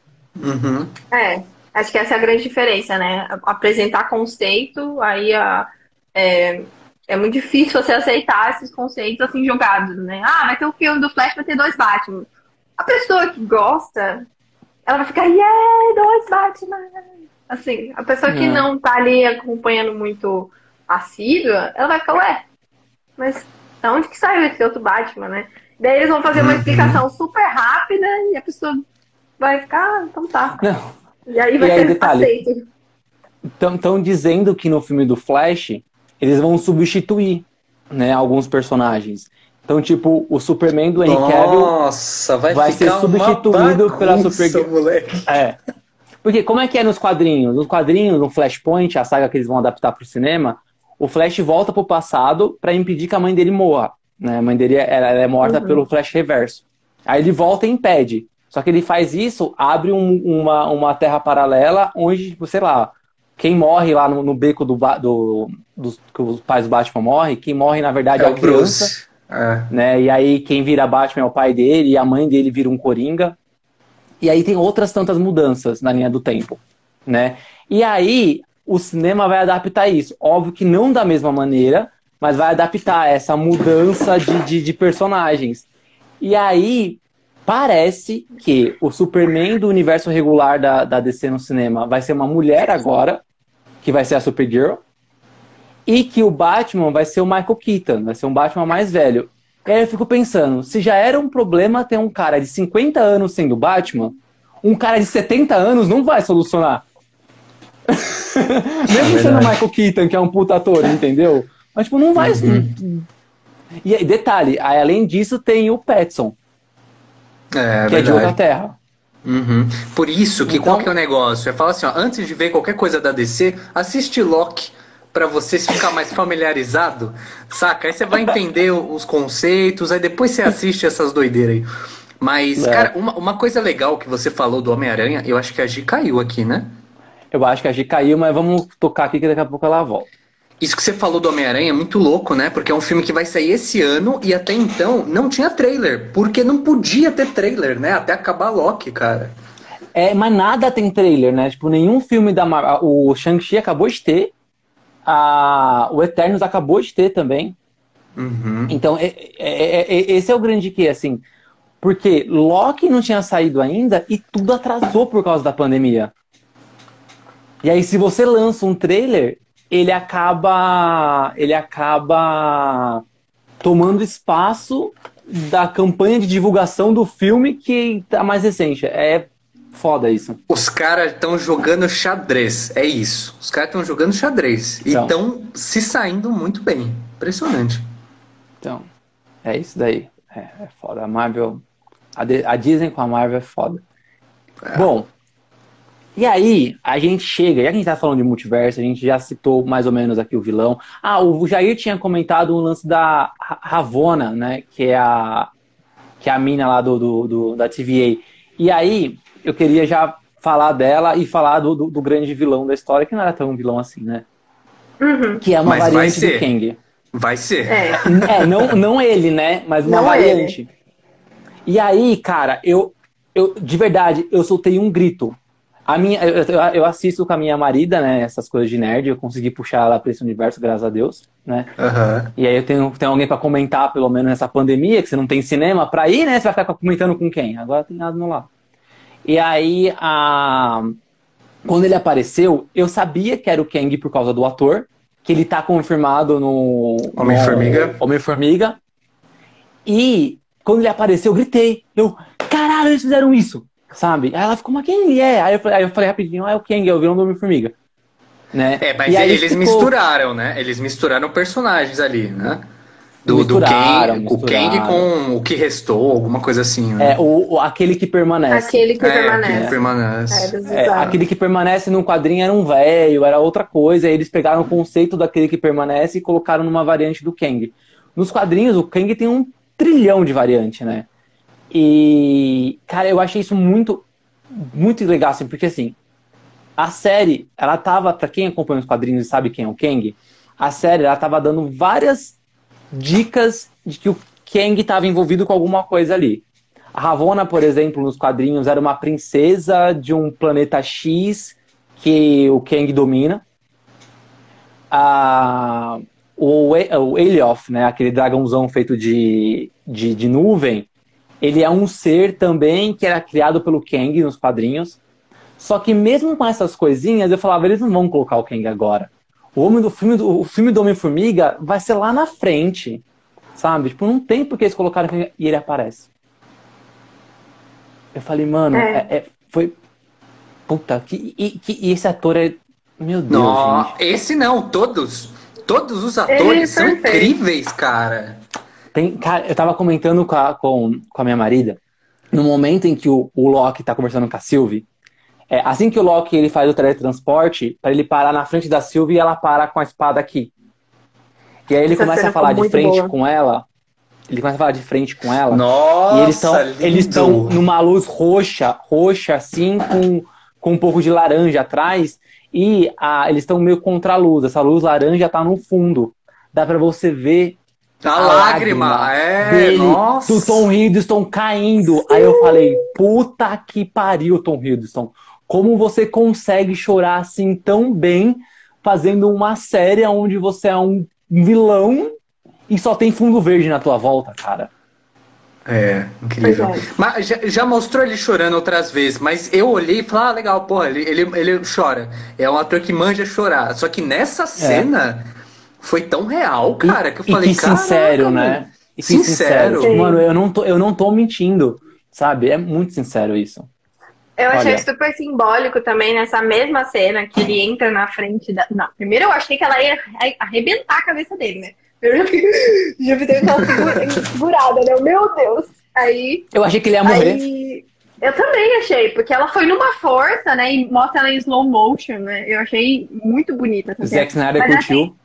Acho que essa é a grande diferença, né? Apresentar conceito, aí é muito difícil você aceitar esses conceitos assim jogados, né? Ah, vai ter um filme do Flash, vai ter 2 Batman. A pessoa que gosta, ela vai ficar, 2 Batman! Assim, a pessoa que não tá ali acompanhando muito assídua, ela vai ficar, ué, mas da onde que saiu esse outro Batman, né? Daí eles vão fazer uma explicação super rápida e a pessoa vai ficar, então tá. Não. E aí vai ter aceito. Estão dizendo que no filme do Flash eles vão substituir, né, alguns personagens. Então, tipo, o Superman do Henry Cavill vai ser substituído pela Supergirl. Moleque. Porque como é que é nos quadrinhos? Nos quadrinhos, no Flashpoint, a saga que eles vão adaptar pro cinema, o Flash volta pro passado para impedir que a mãe dele morra. Né? A mãe dele ela é morta pelo Flash Reverso. Aí ele volta e impede. Só que ele faz isso, abre uma terra paralela onde, tipo, sei lá, quem morre lá no beco que os pais do Batman morrem, quem morre, na verdade, é a criança. Né? E aí quem vira Batman é o pai dele, e a mãe dele vira um Coringa. E aí tem outras tantas mudanças na linha do tempo. Né? E aí o cinema vai adaptar isso. Óbvio que não da mesma maneira, mas vai adaptar essa mudança de personagens. E aí parece que o Superman do universo regular da DC no cinema vai ser uma mulher agora, que vai ser a Supergirl, e que o Batman vai ser o Michael Keaton, vai ser um Batman mais velho. E aí eu fico pensando, se já era um problema ter um cara de 50 anos sendo Batman, um cara de 70 anos não vai solucionar. Mesmo sendo o Michael Keaton, que é um puta ator, entendeu? Mas, tipo, não vai... E aí, detalhe, aí, além disso tem o Pattinson, que é de outra terra. Por isso que qual que é o negócio? Eu falo assim, ó, antes de ver qualquer coisa da DC, assiste Loki pra você ficar mais familiarizado, saca? Aí você vai entender os conceitos, aí depois você assiste essas doideiras aí. Mas, cara, uma coisa legal que você falou do Homem-Aranha, eu acho que a Gi caiu aqui, né? Eu acho que a Gi caiu, mas vamos tocar aqui que daqui a pouco ela volta. Isso que você falou do Homem-Aranha é muito louco, né? Porque é um filme que vai sair esse ano e até então não tinha trailer. Porque não podia ter trailer, né? Até acabar Loki, cara. Mas nada tem trailer, né? Tipo, nenhum filme da Marvel... O Shang-Chi acabou de ter. O Eternos acabou de ter também. Então, esse é o grande que, assim... Porque Loki não tinha saído ainda e tudo atrasou por causa da pandemia. E aí, se você lança um trailer... ele acaba tomando espaço da campanha de divulgação do filme que tá mais recente. É foda isso. Os caras estão jogando xadrez, é isso. Os caras estão jogando xadrez e estão se saindo muito bem. Impressionante. Então, é isso daí. É foda. A Marvel... A Disney com a Marvel é foda. Bom... E aí, a gente chega, já que a gente tá falando de multiverso, a gente já citou mais ou menos aqui o vilão. O Jair tinha comentado o lance da Ravonna, né? Que é a mina lá da TVA. E aí, eu queria já falar dela e falar do grande vilão da história, que não era tão vilão assim, né? Que é uma variante do Kang. Vai ser. Não ele, né? Mas uma variante. Ele. E aí, cara, eu de verdade, eu soltei um grito. Eu assisto com a minha marida, né, essas coisas de nerd, eu consegui puxar ela pra esse universo, graças a Deus, né? E aí eu tenho alguém pra comentar, pelo menos nessa pandemia, que você não tem cinema pra ir, né? Você vai ficar comentando com quem? Agora tem nada no lá. E aí, quando ele apareceu, eu sabia que era o Kang por causa do ator, que ele tá confirmado no Homem-Formiga. E quando ele apareceu, eu gritei. Caralho, eles fizeram isso, sabe? Aí ela ficou, mas quem ele é? Aí eu falei rapidinho, é o Kang, é o vilão do Homem-Formiga. Né? Mas eles misturaram, né? Eles misturaram personagens ali, né? Do Kang, o Kang com o que restou, alguma coisa assim. Né? Aquele que permanece. Aquele que permanece. Aquele que permanece no quadrinho era um velho, era outra coisa. Aí eles pegaram o conceito daquele que permanece e colocaram numa variante do Kang. Nos quadrinhos, o Kang tem 1 trilhão de variante, né? E, cara, eu achei isso muito, muito legal, assim, porque assim, a série, ela tava, pra quem acompanha os quadrinhos e sabe quem é o Kang, a série, ela tava dando várias dicas de que o Kang estava envolvido com alguma coisa ali. A Ravonna, por exemplo, nos quadrinhos, era uma princesa de um planeta X que o Kang domina. O Elioth, né, aquele dragãozão feito de nuvem, ele é um ser também que era criado pelo Kang nos quadrinhos. Só que mesmo com essas coisinhas, eu falava, eles não vão colocar o Kang agora. O filme do Homem-Formiga vai ser lá na frente, sabe? Tipo, não tem por que eles colocaram e ele aparece. Eu falei, mano, foi... Puta, e esse ator é... Meu Deus, gente. Esse não, todos os atores são incríveis, cara. Cara, eu tava comentando com a minha marida, no momento em que o Loki tá conversando com a Sylvie, assim que o Loki ele faz o teletransporte, para ele parar na frente da Sylvie e ela para com a espada aqui. E aí ele começa a falar de frente com ela. Ele começa a falar de frente com ela. Nossa, e eles estão numa luz roxa assim, com um pouco de laranja atrás. E eles estão meio contra a luz. Essa luz laranja tá no fundo. Dá pra você ver a lágrima dele, do Tom Hiddleston caindo. Aí eu falei, puta que pariu, Tom Hiddleston. Como você consegue chorar assim tão bem fazendo uma série onde você é um vilão e só tem fundo verde na tua volta, cara? Incrível. Mas já mostrou ele chorando outras vezes, mas eu olhei e falei, legal, porra, ele chora. É um ator que manja chorar. Só que nessa cena foi tão real, cara, que eu falei, cara. Sincero, né? Sincero. Mano, eu não tô mentindo, sabe? É muito sincero isso. Eu achei super simbólico também nessa mesma cena que ele entra na frente da... Não, primeiro eu achei que ela ia arrebentar a cabeça dele, né? Eu já vi aquela segurada, né? Meu Deus! Aí... Eu achei que ele ia morrer. Eu também achei, porque ela foi numa força, né? E mostra ela em slow motion, né? Eu achei muito bonita essa cena. Zack Snyder curtiu.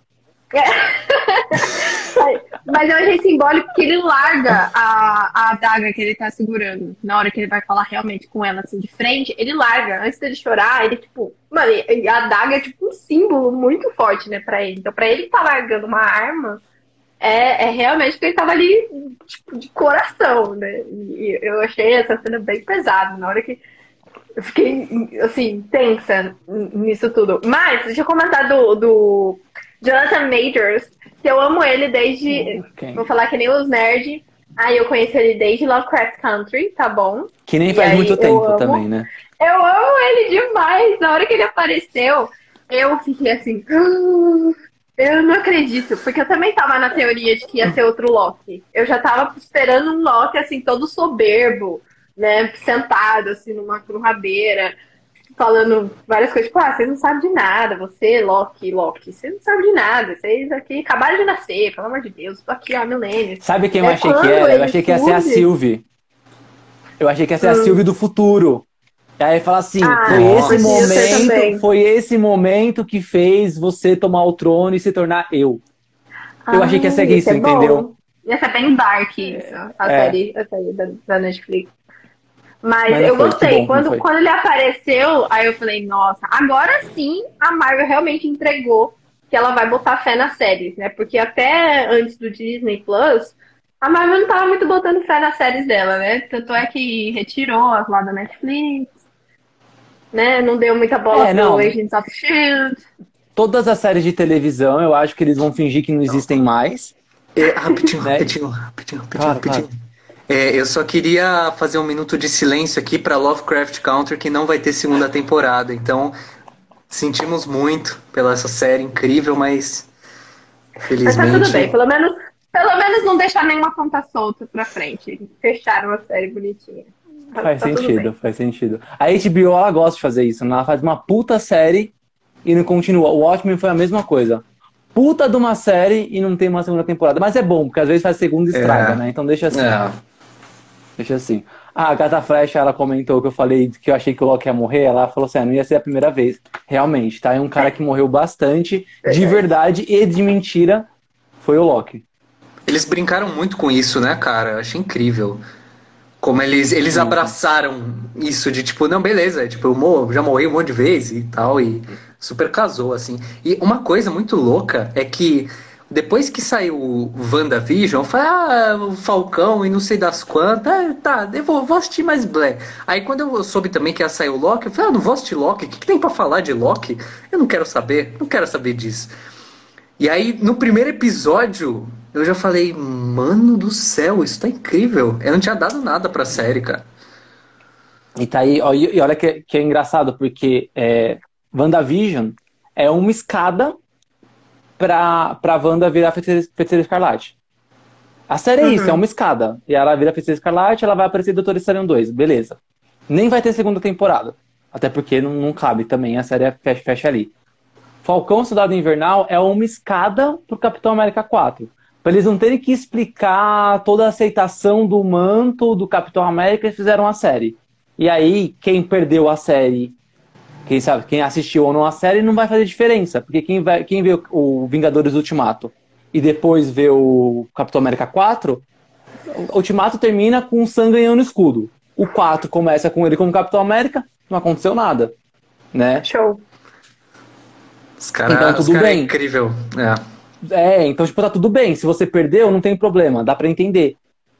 Mas eu achei simbólico que ele larga a adaga que ele tá segurando. Na hora que ele vai falar realmente com ela, assim, de frente, ele larga. Antes dele chorar, ele, tipo... Mano, a adaga é, tipo, um símbolo muito forte, né, pra ele. Então, pra ele tá largando uma arma, é realmente porque ele tava ali, tipo, de coração, né? E eu achei essa cena bem pesada. Na hora que... Eu fiquei, assim, tensa nisso tudo. Mas, deixa eu comentar do Jonathan Majors, que eu amo ele desde... Vou falar que nem os nerds. Aí eu conheci ele desde Lovecraft Country, tá bom? Que nem faz muito tempo também, né? Eu amo ele demais. Na hora que ele apareceu, eu fiquei assim... Eu não acredito. Porque eu também tava na teoria de que ia ser outro Loki. Eu já tava esperando um Loki, assim, todo soberbo, né? Sentado, assim, numa rabeira, falando várias coisas, tipo, vocês não sabem de nada, você, Loki, você não sabe de nada, vocês aqui acabaram de nascer, pelo amor de Deus, tô aqui, milênio. Sabe quem eu achei que era? Eu achei que ia ser a Sylvie. Eu achei que ia ser a Sylvie do futuro. E aí fala assim, foi esse momento que fez você tomar o trono e se tornar eu. Eu achei que ia ser isso, entendeu? Ia ser bem dark isso, a série da Netflix. Mas eu gostei. Quando ele apareceu, aí eu falei, nossa, agora sim a Marvel realmente entregou que ela vai botar fé nas séries, né? Porque até antes do Disney Plus, a Marvel não tava muito botando fé nas séries dela, né? Tanto é que retirou as lá da Netflix, né? Não deu muita bola pro Agents of S.H.I.E.L.D. Todas as séries de televisão, eu acho que eles vão fingir que não existem mais. Rapidinho. Eu só queria fazer um minuto de silêncio aqui pra Lovecraft Country, que não vai ter segunda temporada. Então, sentimos muito pela essa série incrível, mas Mas tá tudo bem, infelizmente... pelo menos não deixar nenhuma ponta solta pra frente. Fecharam a série bonitinha. Faz Tá tudo sentido, bem. faz sentido. A HBO, ela gosta de fazer isso, né? Ela faz uma puta série e não continua. O Watchmen foi a mesma coisa. Puta de uma série e não tem uma segunda temporada. Mas é bom, porque às vezes faz segunda e estraga, né? Então deixa assim. Deixa assim. A Agatha Flecha, ela comentou que eu falei que eu achei que o Loki ia morrer. Ela falou assim, não ia ser a primeira vez. Realmente, tá? É um cara que morreu bastante, de verdade e de mentira, foi o Loki. Eles brincaram muito com isso, né, cara? Eu achei incrível. Como eles abraçaram isso de tipo, não, beleza, tipo, já morri um monte de vezes e tal, e super casou, assim. E uma coisa muito louca é que depois que saiu o WandaVision, eu falei, o Falcão e não sei das quantas, tá, eu vou assistir mais Black. Aí quando eu soube também que ia sair o Loki, eu falei, não vou assistir Loki, o que tem pra falar de Loki? Eu não quero saber disso. E aí, no primeiro episódio, eu já falei, mano do céu, isso tá incrível. Eu não tinha dado nada pra série, cara. E tá aí, ó, e olha que é engraçado, porque WandaVision é uma escada pra Wanda virar Feiticeira Escarlate. A série é isso, é uma escada. E ela vira Feiticeira Escarlate, ela vai aparecer em Doutor Estranho 2, beleza. Nem vai ter segunda temporada. Até porque não cabe também, a série fecha ali. Falcão Soldado Invernal é uma escada pro Capitão América 4. Pra eles não terem que explicar toda a aceitação do manto do Capitão América, eles fizeram a série. E aí, quem perdeu a série, quem assistiu ou não a série, não vai fazer diferença. Porque quem vê o Vingadores Ultimato e depois vê o Capitão América 4, o Ultimato termina com o Sam ganhando escudo. O 4 começa com ele como Capitão América, não aconteceu nada. Né? Show. Os caras então, tudo bem. É incrível. Então, tipo, tá tudo bem. Se você perdeu, não tem problema, dá pra entender.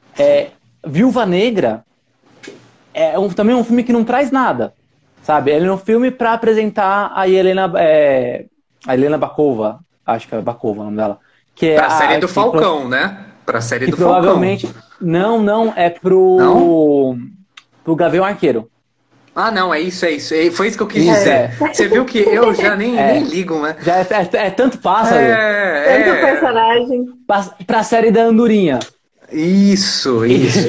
Viúva Negra também é um filme que não traz nada, sabe? Ele é um filme pra apresentar a Helena Bakova, acho que é Bakova o nome dela. Que é pra série do Falcão, né? Pra série do Falcão. Provavelmente... Não, é pro Gavião Arqueiro. Não, é isso. Foi isso que eu quis dizer. Você viu que eu já nem ligo, né? Já é tanto pássaro. Tanto personagem. Pra série da Andorinha. Isso.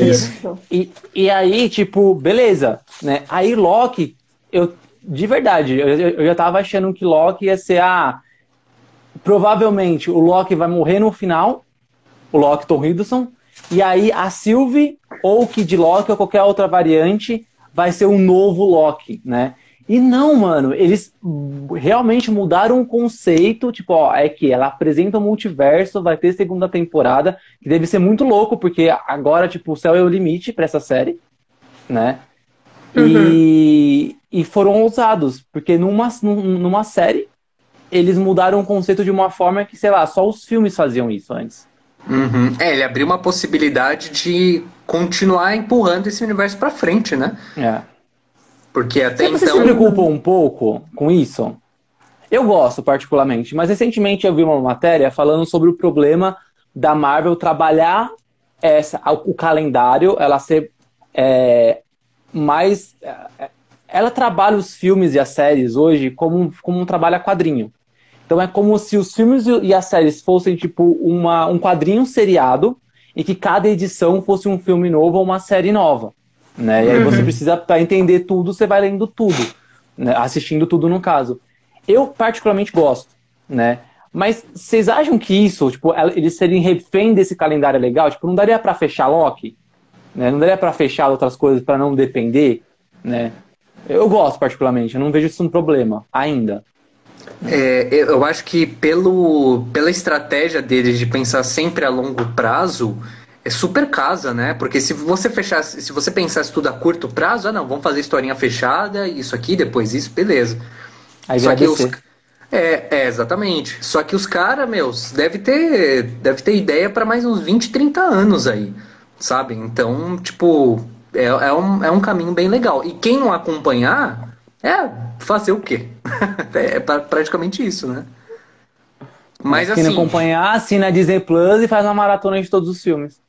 E aí, tipo, beleza, né? Aí Loki, de verdade, eu já tava achando que Loki ia ser provavelmente o Loki vai morrer no final, o Loki Tom Hiddleston, e aí a Sylvie, ou o Kid Loki, ou qualquer outra variante, vai ser um novo Loki, né? E não, mano, eles realmente mudaram o conceito, tipo, é que ela apresenta o multiverso, vai ter segunda temporada, que deve ser muito louco, porque agora, tipo, o céu é o limite pra essa série, né? E foram ousados, porque numa série, eles mudaram o conceito de uma forma que, sei lá, só os filmes faziam isso antes. Ele abriu uma possibilidade de continuar empurrando esse universo pra frente, né? Porque até Você se preocupa um pouco com isso? Eu gosto particularmente, mas recentemente eu vi uma matéria falando sobre o problema da Marvel trabalhar o calendário, ela ser mais... Ela trabalha os filmes e as séries hoje como um trabalho a quadrinho. Então é como se os filmes e as séries fossem tipo um quadrinho seriado e que cada edição fosse um filme novo ou uma série nova. Né? E aí você precisa, para entender tudo, você vai lendo tudo, né? Assistindo tudo no caso. Eu particularmente gosto, né? Mas vocês acham que isso, tipo, eles serem refém desse calendário legal, tipo, não daria para fechar Loki? Né? Não daria para fechar outras coisas para não depender, né? Eu gosto particularmente, eu não vejo isso um problema ainda. Eu acho que pela estratégia deles de pensar sempre a longo prazo, é super casa, né? Porque se você pensasse tudo a curto prazo, não, vamos fazer historinha fechada, isso aqui, depois isso, beleza. Aí Só vai que descer. Exatamente. Só que os caras, deve ter ideia para mais uns 20, 30 anos aí, sabe? Então, tipo, é um caminho bem legal. E quem não acompanhar, fazer o quê? É praticamente isso, né? Mas Quem não assim... acompanhar, assina a Disney Plus e faz uma maratona de todos os filmes.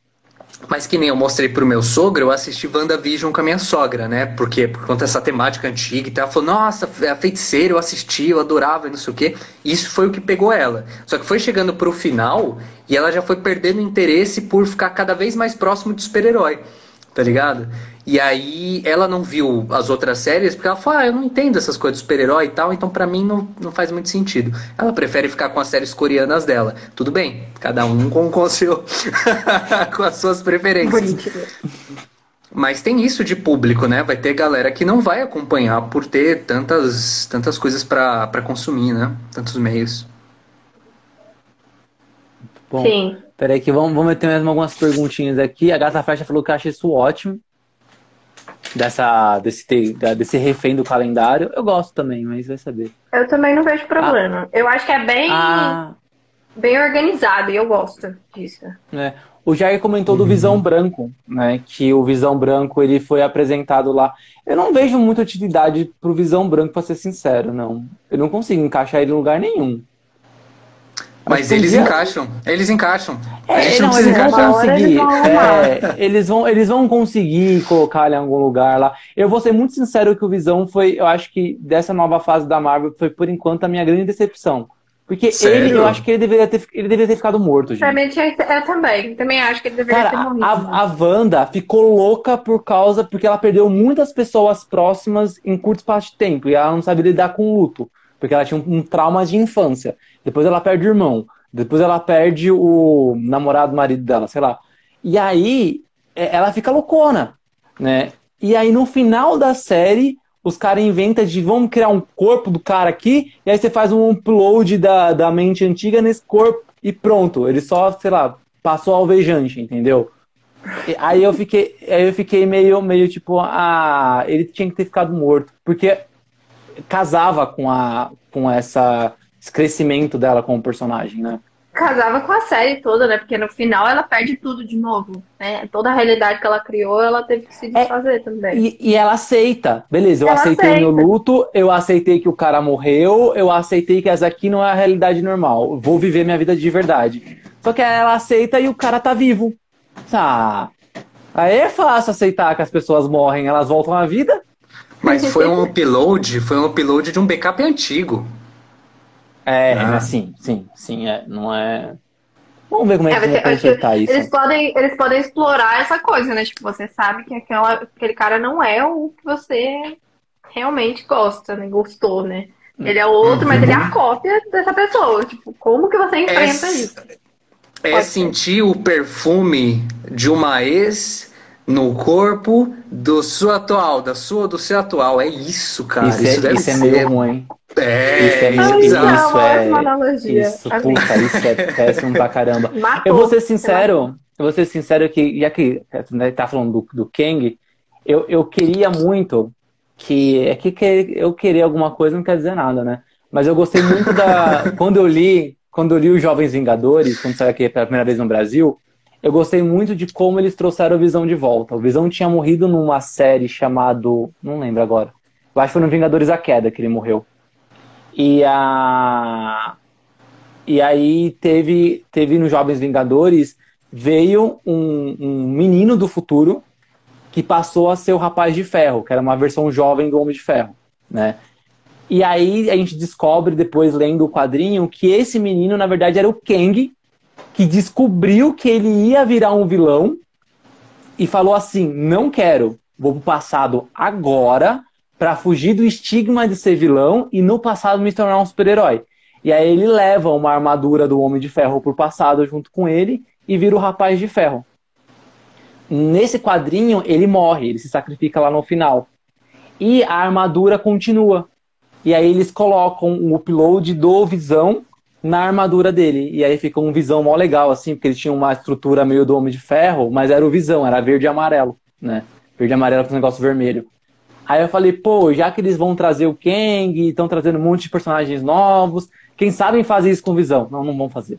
Mas que nem eu mostrei pro meu sogro, eu assisti WandaVision com a minha sogra, né? Porque por conta dessa temática antiga e tal, ela falou, nossa, a Feiticeira eu assisti, eu adorava e não sei o quê. Isso foi o que pegou ela. Só que foi chegando pro final e ela já foi perdendo interesse por ficar cada vez mais próximo de super-herói, tá ligado? E aí ela não viu as outras séries porque ela falou, eu não entendo essas coisas de super-herói e tal, então pra mim não faz muito sentido. Ela prefere ficar com as séries coreanas dela. Tudo bem, cada um com o seu com as suas preferências. Mas tem isso de público, né? Vai ter galera que não vai acompanhar por ter tantas coisas pra consumir, né? Tantos meios. Bom, Sim. peraí que vamos meter mesmo algumas perguntinhas aqui. A Gata Flecha falou que acha isso ótimo. Desse refém do calendário. Eu gosto também, mas vai saber. Eu também não vejo problema. Eu acho que é bem organizado e eu gosto disso. É. O Jair comentou do Visão Branco, né? Que o Visão Branco ele foi apresentado lá. Eu não vejo muita utilidade pro Visão Branco, pra ser sincero, não. Eu não consigo encaixar ele em lugar nenhum. Mas eles encaixam. Eles encaixam. A gente não Não, precisa eles vão encaixar. conseguir. Eles vão conseguir colocar ele em algum lugar lá. Eu vou ser muito sincero que o Visão foi, eu acho que dessa nova fase da Marvel foi por enquanto a minha grande decepção. Porque Sério? eu acho que ele deveria ter ficado morto, gente. Realmente eu também acho que ele deveria ter Cara, morrido. a Wanda ficou louca porque ela perdeu muitas pessoas próximas em curto espaço de tempo. E ela não sabia lidar com o luto. Porque ela tinha um trauma de infância. Depois ela perde o irmão. Depois ela perde o namorado, marido dela, sei lá. E aí, ela fica loucona, né? E aí, no final da série, os caras inventam de vamos criar um corpo do cara aqui, e aí você faz um upload da mente antiga nesse corpo, e pronto. Ele só, sei lá, passou alvejante, entendeu? Aí eu fiquei meio tipo, ele tinha que ter ficado morto. Porque casava com esse crescimento dela como personagem, né? Casava com a série toda, né? Porque no final ela perde tudo de novo, né? Toda a realidade que ela criou, ela teve que se desfazer também. E ela aceita. Beleza, eu Ela aceitei aceita. meu luto, eu aceitei que o cara morreu, eu aceitei que essa aqui não é a realidade normal. Vou viver minha vida de verdade. Só que ela aceita e o cara tá vivo. Aí é fácil aceitar que as pessoas morrem, elas voltam à vida. Mas foi um upload de um backup antigo. Sim, não é... Vamos ver como é que vai consertar isso. Eles podem explorar essa coisa, né? Tipo, você sabe que aquele cara não é o que você realmente gosta, né? Gostou, né? Ele é outro, mas ele é a cópia dessa pessoa. Tipo, como que você enfrenta isso? Pode sentir o perfume de uma ex no corpo do seu atual. É isso, cara. Isso é meio ruim. Ótima analogia. Isso é péssimo pra caramba. Matou. Eu vou ser sincero que, já que tá falando do Kang, eu queria muito que eu querer alguma coisa não quer dizer nada, né? Mas eu gostei muito quando eu li os Jovens Vingadores, quando saiu aqui pela primeira vez no Brasil, eu gostei muito de como eles trouxeram o Visão de volta. O Visão tinha morrido numa série chamado, não lembro agora. Eu acho que foi no Vingadores A Queda que ele morreu. E aí teve nos Jovens Vingadores, veio um menino do futuro que passou a ser o Rapaz de Ferro, que era uma versão jovem do Homem de Ferro, né? E aí a gente descobre, depois lendo o quadrinho, que esse menino, na verdade, era o Kang, que descobriu que ele ia virar um vilão e falou assim, não quero, vou pro passado agora pra fugir do estigma de ser vilão e no passado me tornar um super-herói. E aí ele leva uma armadura do Homem de Ferro pro passado junto com ele e vira o Rapaz de Ferro. Nesse quadrinho ele morre, ele se sacrifica lá no final. E a armadura continua. E aí eles colocam um upload do Visão na armadura dele. E aí fica um Visão mó legal, assim, porque ele tinha uma estrutura meio do Homem de Ferro, mas era o Visão, era verde e amarelo, né? Verde e amarelo com um negócio vermelho. Aí eu falei, já que eles vão trazer o Kang, estão trazendo um monte de personagens novos, quem sabe fazer isso com Visão? Não vão fazer.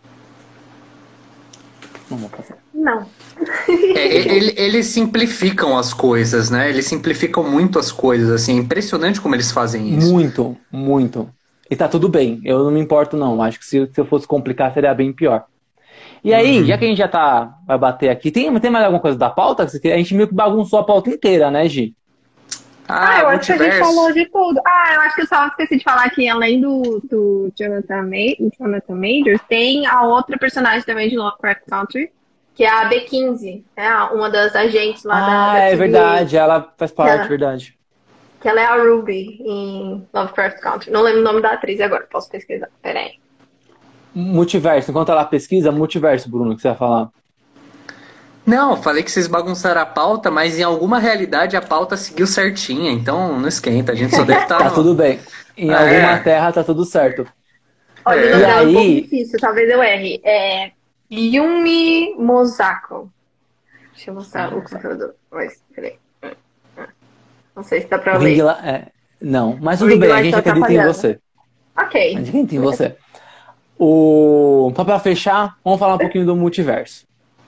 Não vão fazer. Não. Eles simplificam as coisas, né? Eles simplificam muito as coisas, assim. É impressionante como eles fazem isso. Muito, muito. E tá tudo bem. Eu não me importo, não. Acho que se eu fosse complicar, seria bem pior. E aí, já que a gente vai bater aqui, tem mais alguma coisa da pauta? A gente meio que bagunçou a pauta inteira, né, Gi? Eu acho que a gente falou de tudo. Eu acho que eu só esqueci de falar que além do Jonathan Majors, tem a outra personagem também de Lovecraft Country, que é a B15, uma das agentes lá da é TVA. verdade, ela faz parte, verdade. Que ela é a Ruby em Lovecraft Country. Não lembro o nome da atriz agora, posso pesquisar. Pera aí. Multiverso, enquanto ela pesquisa, multiverso, Bruno, o que você vai falar? Não, falei que vocês bagunçaram a pauta, mas em alguma realidade a pauta seguiu certinha, então não esquenta, a gente só deve estar... Tá tudo bem. Em alguma terra tá tudo certo. Olha, o nome dela é um pouco difícil, talvez eu erre. É Yumi Mosako. Deixa eu mostrar o computador. Peraí. Não sei se dá pra ler. Não, mas tudo bem, a gente acredita em você. Ok. A gente acredita em você. Só pra fechar, vamos falar um pouquinho do multiverso.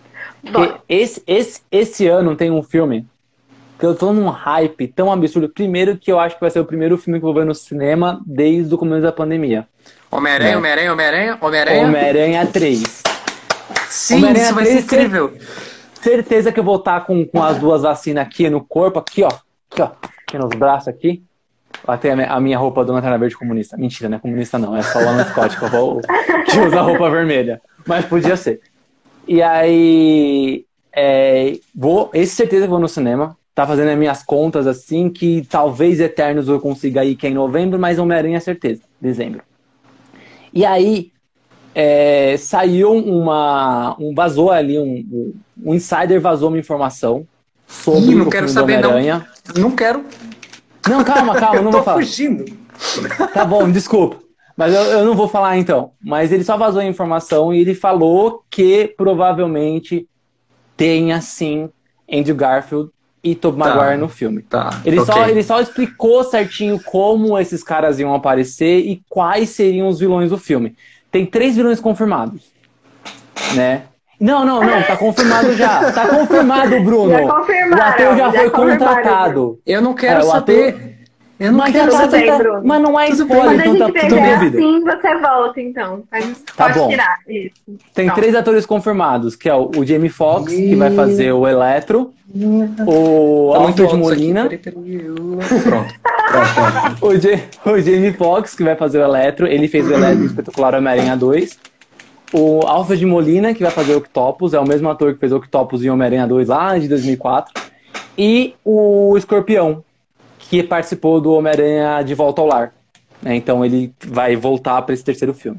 Esse ano tem um filme que eu tô num hype tão absurdo. Primeiro que eu acho que vai ser o primeiro filme que eu vou ver no cinema desde o começo da pandemia. Homem-Aranha. Homem-Aranha 3. Sim, Homem-Aranha isso vai ser incrível. Certeza que eu vou estar com as duas vacinas aqui no corpo, aqui nos braços aqui. Até a minha roupa do Lanterna Verde comunista. Mentira, não é comunista não, é só o Alan Scott que usa a roupa vermelha. Mas podia ser. E aí, esse certeza que vou no cinema. Tá fazendo as minhas contas assim, que talvez Eternos eu consiga ir que é em novembro, mas Homem-Aranha é certeza, dezembro. E aí, saiu vazou ali, um insider vazou uma informação sobre o filme do Homem-Aranha. Não quero. Não, calma, não vou falar. Eu tô fugindo. Tá bom, desculpa. Mas eu não vou falar então. Mas ele só vazou a informação e ele falou que provavelmente tenha sim Andrew Garfield e Tobey Maguire no filme. Ele só explicou certinho como esses caras iam aparecer e quais seriam os vilões do filme. Tem 3 vilões confirmados, né? Não, tá confirmado já. Tá confirmado, Bruno. Já confirmaram, o ator já foi contratado. Eu não quero saber. Eu não quero saber, Bruno. Mas não é spoiler, então tá tudo bem. Assim você volta, então. Tá bom. Tirar isso. Tem 3 atores confirmados, que é o Jamie Foxx, que vai fazer o Electro, o Alfred Molina. Pronto. O Jamie Foxx, que vai fazer o Electro, ele fez o Electro no Espetacular Homem-Aranha 2. O Alfred Molina, que vai fazer o Octopus, é o mesmo ator que fez o Octopus em Homem-Aranha 2 lá de 2004. E o Escorpião, que participou do Homem-Aranha de Volta ao Lar. Então ele vai voltar para esse terceiro filme.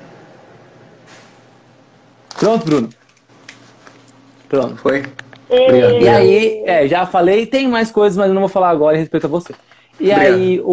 Pronto, Bruno? Pronto. Foi. Obrigado. E aí, já falei, tem mais coisas, mas eu não vou falar agora em respeito a você. E obrigado. Aí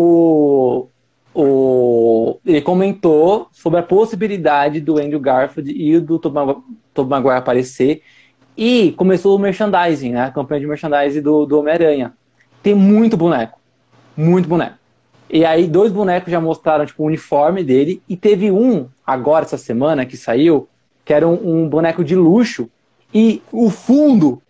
ele comentou sobre a possibilidade do Andrew Garfield e do Tobey Maguire aparecer. E começou o merchandising, né? A campanha de merchandising do Homem-Aranha. Tem muito boneco. Muito boneco. E aí 2 bonecos já mostraram o uniforme dele. E teve um, agora, essa semana, que saiu, que era um boneco de luxo. E o fundo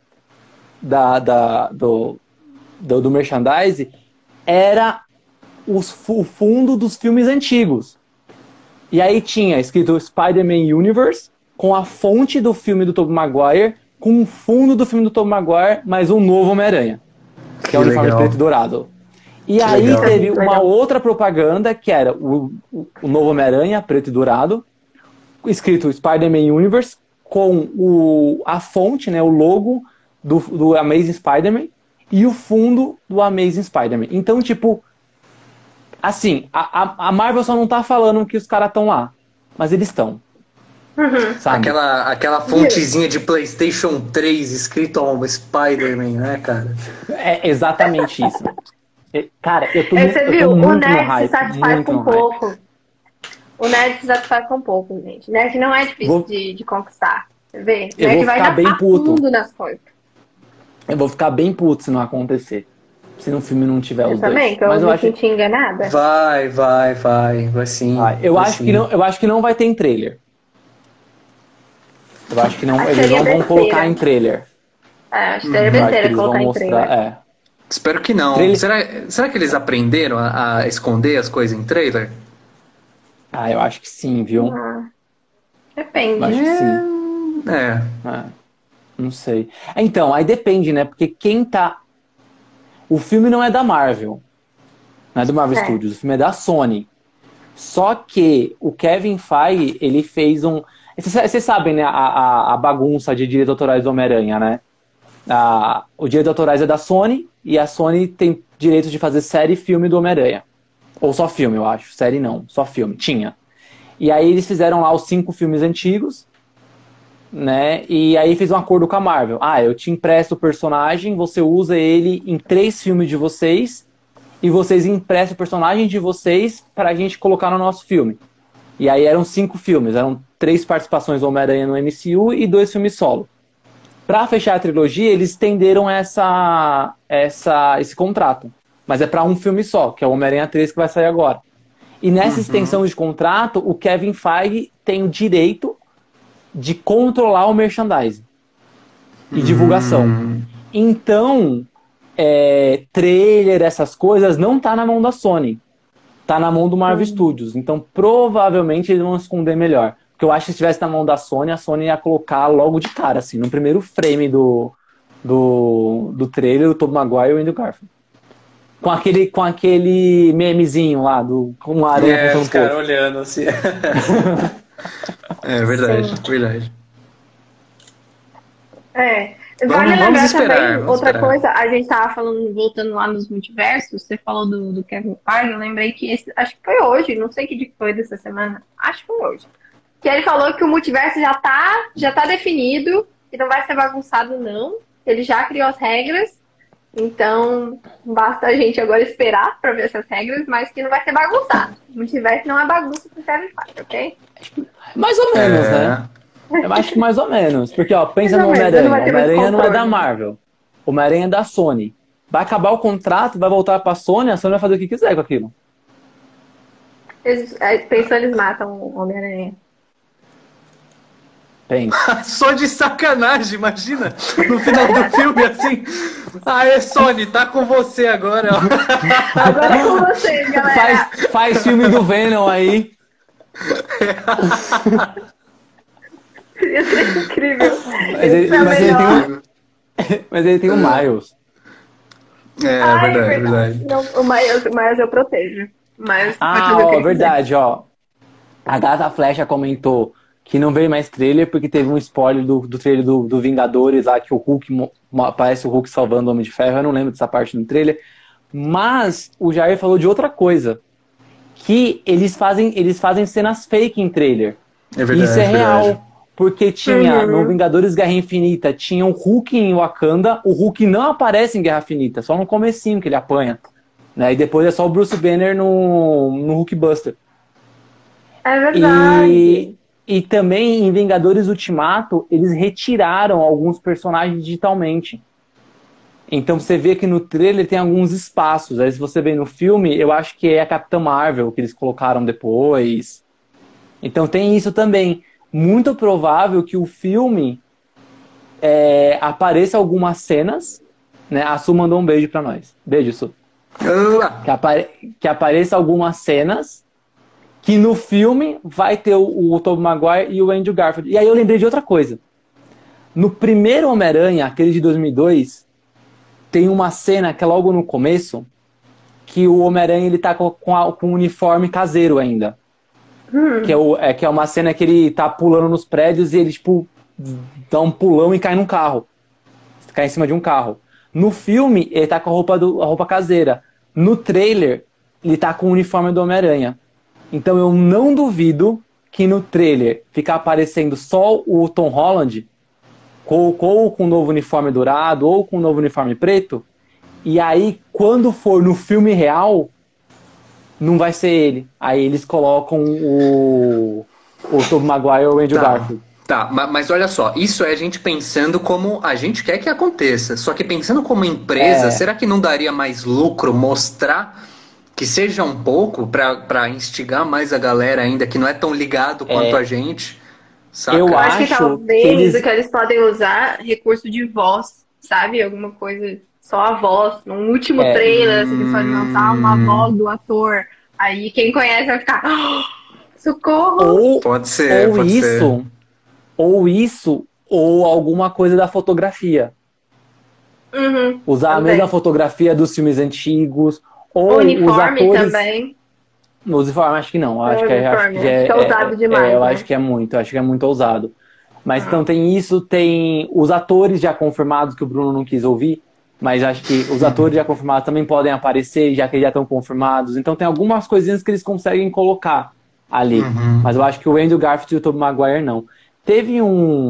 do merchandising era o fundo dos filmes antigos. E aí tinha escrito Spider-Man Universe, com a fonte do filme do Tobey Maguire, com o fundo do filme do Tobey Maguire, mais um novo Homem-Aranha. Que é o uniforme preto e dourado. E aí teve uma outra propaganda, que era o novo Homem-Aranha, preto e dourado, escrito Spider-Man Universe, com a fonte, né, o logo do Amazing Spider-Man, e o fundo do Amazing Spider-Man. Então, assim, a Marvel só não tá falando que os caras estão lá, mas eles estão. Sabe? Aquela fontezinha de PlayStation 3 escrito Spider-Man, né, cara? É exatamente isso. Cara, eu tô Você viu, muito o Nerd hype, se satisfaz com pouco. O Nerd se satisfaz com pouco, gente. Nerd não é difícil de conquistar. Você vê? Eu Nerd vou ficar bem puto. Nas coisas. Eu vou ficar bem puto se não acontecer. Se no filme não tiver os também, dois. Mas eu me senti enganada. Vai sim. Eu acho que não vai ter em trailer. Eu acho que não, eles não vão colocar em trailer. Acho que seria besteira colocar em trailer. Espero que não. Será que eles aprenderam a esconder as coisas em trailer? Eu acho que sim, viu? Depende. Eu acho que sim. Não sei. Então, aí depende, né? Porque quem tá... O filme não é da Marvel. Não é do Marvel Studios. O filme é da Sony. Só que o Kevin Feige, ele fez um... Vocês sabem, né? A bagunça de direitos autorais do Homem-Aranha, né? O direito autorais é da Sony. E a Sony tem direito de fazer série e filme do Homem-Aranha. Ou só filme, eu acho. Série não, só filme. Tinha. E aí eles fizeram lá os 5 filmes antigos, né? E aí fez um acordo com a Marvel. Eu te empresto o personagem, você usa ele em 3 filmes de vocês, e vocês emprestam o personagem de vocês pra gente colocar no nosso filme. E aí eram 5 filmes, eram 3 participações do Homem-Aranha no MCU e 2 filmes solo. Pra fechar a trilogia, eles estenderam esse contrato. Mas é pra um filme só, que é o Homem-Aranha 3 que vai sair agora. E nessa extensão de contrato, o Kevin Feige tem o direito de controlar o merchandising e divulgação. Então, trailer, essas coisas, não tá na mão da Sony. Tá na mão do Marvel Studios. Então, provavelmente, eles vão esconder melhor. Porque eu acho que se estivesse na mão da Sony, a Sony ia colocar logo de cara, assim, no primeiro frame do trailer, o Tobey Maguire e o Andrew Garfield. Com aquele memezinho lá, com a aranha os caras olhando assim. Verdade, verdade. Vale lembrar também, outra coisa, a gente tava falando, voltando lá nos multiversos, você falou do Kevin Feige, eu lembrei que acho que foi hoje, não sei que dia foi dessa semana, acho que foi hoje. Que ele falou que o multiverso já tá definido, que não vai ser bagunçado não, ele já criou as regras, então basta a gente agora esperar pra ver essas regras, mas que não vai ser bagunçado. O multiverso não é bagunça pro Kevin Feige, ok? Mais ou menos, né? Eu acho que mais ou menos. Porque, pensa no Homem-Aranha. O Homem-Aranha não é da Marvel. O Homem-Aranha é da Sony. Vai acabar o contrato, vai voltar pra Sony, a Sony vai fazer o que quiser com aquilo. Pensando, eles matam o Homem-Aranha. Pensa. Só de sacanagem, imagina. No final do filme, assim. Sony, tá com você agora. Agora é com você, galera. Faz filme do Venom aí. Ia ser incrível. Mas ele tem o Miles. Verdade. Não, o Miles eu protejo. Mas verdade, A Gata Flecha comentou que não veio mais trailer porque teve um spoiler do trailer do Vingadores lá, que o Hulk, aparece o Hulk salvando o Homem de Ferro. Eu não lembro dessa parte no trailer. Mas o Jair falou de outra coisa. Que eles fazem cenas fake em trailer. É verdade. Isso é real. Porque tinha, no Vingadores Guerra Infinita, tinha um Hulk em Wakanda. O Hulk não aparece em Guerra Infinita, só no comecinho que ele apanha. Né? E depois é só o Bruce Banner no Hulkbuster. É verdade. E também em Vingadores Ultimato, eles retiraram alguns personagens digitalmente. Então você vê que no trailer tem alguns espaços. Aí se você vê no filme, eu acho que é a Capitã Marvel que eles colocaram depois. Então tem isso também. Muito provável que o filme apareça algumas cenas, né? A Su mandou um beijo pra nós. Beijo, Su. Que apareça algumas cenas que no filme vai ter o Tobey Maguire e o Andrew Garfield. E aí eu lembrei de outra coisa. No primeiro Homem-Aranha, aquele de 2002, tem uma cena que é logo no começo, que o Homem-Aranha ele tá com um uniforme caseiro ainda. Que é uma cena que ele tá pulando nos prédios e ele, tipo, dá um pulão e cai num carro. Cai em cima de um carro. No filme, ele tá com a roupa caseira. No trailer, ele tá com o uniforme do Homem-Aranha. Então eu não duvido que no trailer ficar aparecendo só o Tom Holland, ou com o novo uniforme dourado, ou com o novo uniforme preto. E aí, quando for no filme real, não vai ser ele. Aí eles colocam o Tobey Maguire ou o Andrew Garfield. Tá, mas olha só, isso é a gente pensando como a gente quer que aconteça. Só que pensando como empresa, será que não daria mais lucro mostrar que seja um pouco pra instigar mais a galera ainda que não é tão ligado quanto a gente? Saca? Eu acho que talvez o que eles podem usar recurso de voz, sabe? Alguma coisa, só a voz. No último trailer, eles podem lançar uma voz do ator. Aí quem conhece vai ficar, socorro! Pode ser, Ou isso, ou alguma coisa da fotografia. Usar também. a mesma fotografia dos filmes antigos, ou O uniforme os atores... também. Os uniformes, acho que não. Acho que É ousado demais. eu né? acho que é muito ousado. Mas então tem isso, tem os atores já confirmados, que o Bruno não quis ouvir, mas acho que os atores já confirmados também podem aparecer, já que eles já estão confirmados. Então tem algumas coisinhas que eles conseguem colocar ali. Mas eu acho que o Andrew Garfield e o Tobey Maguire não. Teve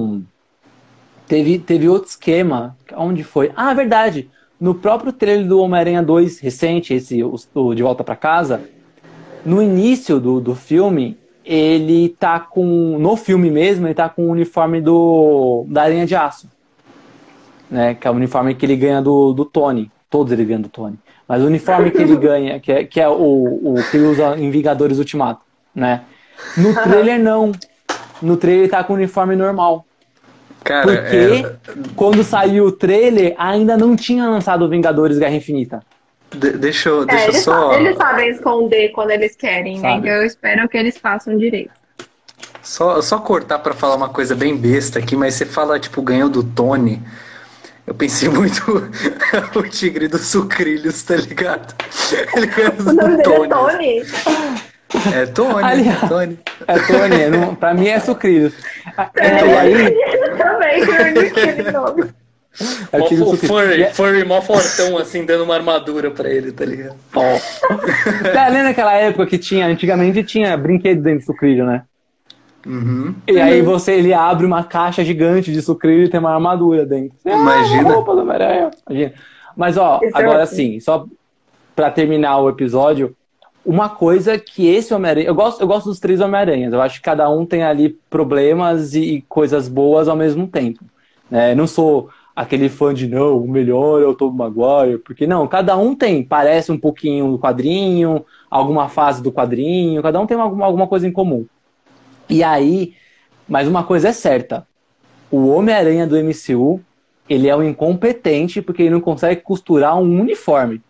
outro esquema. Onde foi? Ah, verdade. No próprio trailer do Homem-Aranha 2 recente, o De Volta pra Casa, no início do filme, ele tá com... No filme mesmo, ele tá com o uniforme da Aranha de Aço. Né? Que é o uniforme que ele ganha do Tony. Todos ele ganham do Tony. Mas o uniforme que ele ganha, que é o que ele usa em Vingadores Ultimato. Né? No trailer, não. No trailer ele tá com o uniforme normal. Cara, porque quando saiu o trailer, ainda não tinha lançado o Vingadores Guerra Infinita. Deixa eu só... Eles sabem esconder quando eles querem, né? Então eu espero que eles façam direito. Só cortar pra falar uma coisa bem besta aqui, mas você fala, tipo, ganhou do Tony. Eu pensei muito o Tigre dos Sucrilhos, tá ligado? Ele ganhou O nome do dele Tony. é Tony. Aliás, É Tony. É Tony, pra mim é Sucrilhos. E aí... Eu também, que eu não aquele nome. É o Furry mó fortão, assim, dando uma armadura pra ele, tá ligado? Tá lendo aquela época que antigamente tinha brinquedo dentro do sucrilho, né? E aí ele abre uma caixa gigante de sucrilho e tem uma armadura dentro. Imagina. Roupa do Homem-Aranha. Imagina. Mas agora sim, só pra terminar o episódio, uma coisa que esse Homem-Aranha... Eu gosto dos 3 Homem-Aranhas. Eu acho que cada um tem ali problemas e coisas boas ao mesmo tempo. Não sou aquele fã de não, o melhor é o Tobey Maguire, porque não, cada um parece um pouquinho do quadrinho, alguma fase do quadrinho, cada um tem alguma coisa em comum. E aí, mas uma coisa é certa, o Homem-Aranha do MCU, ele é um incompetente porque ele não consegue costurar um uniforme.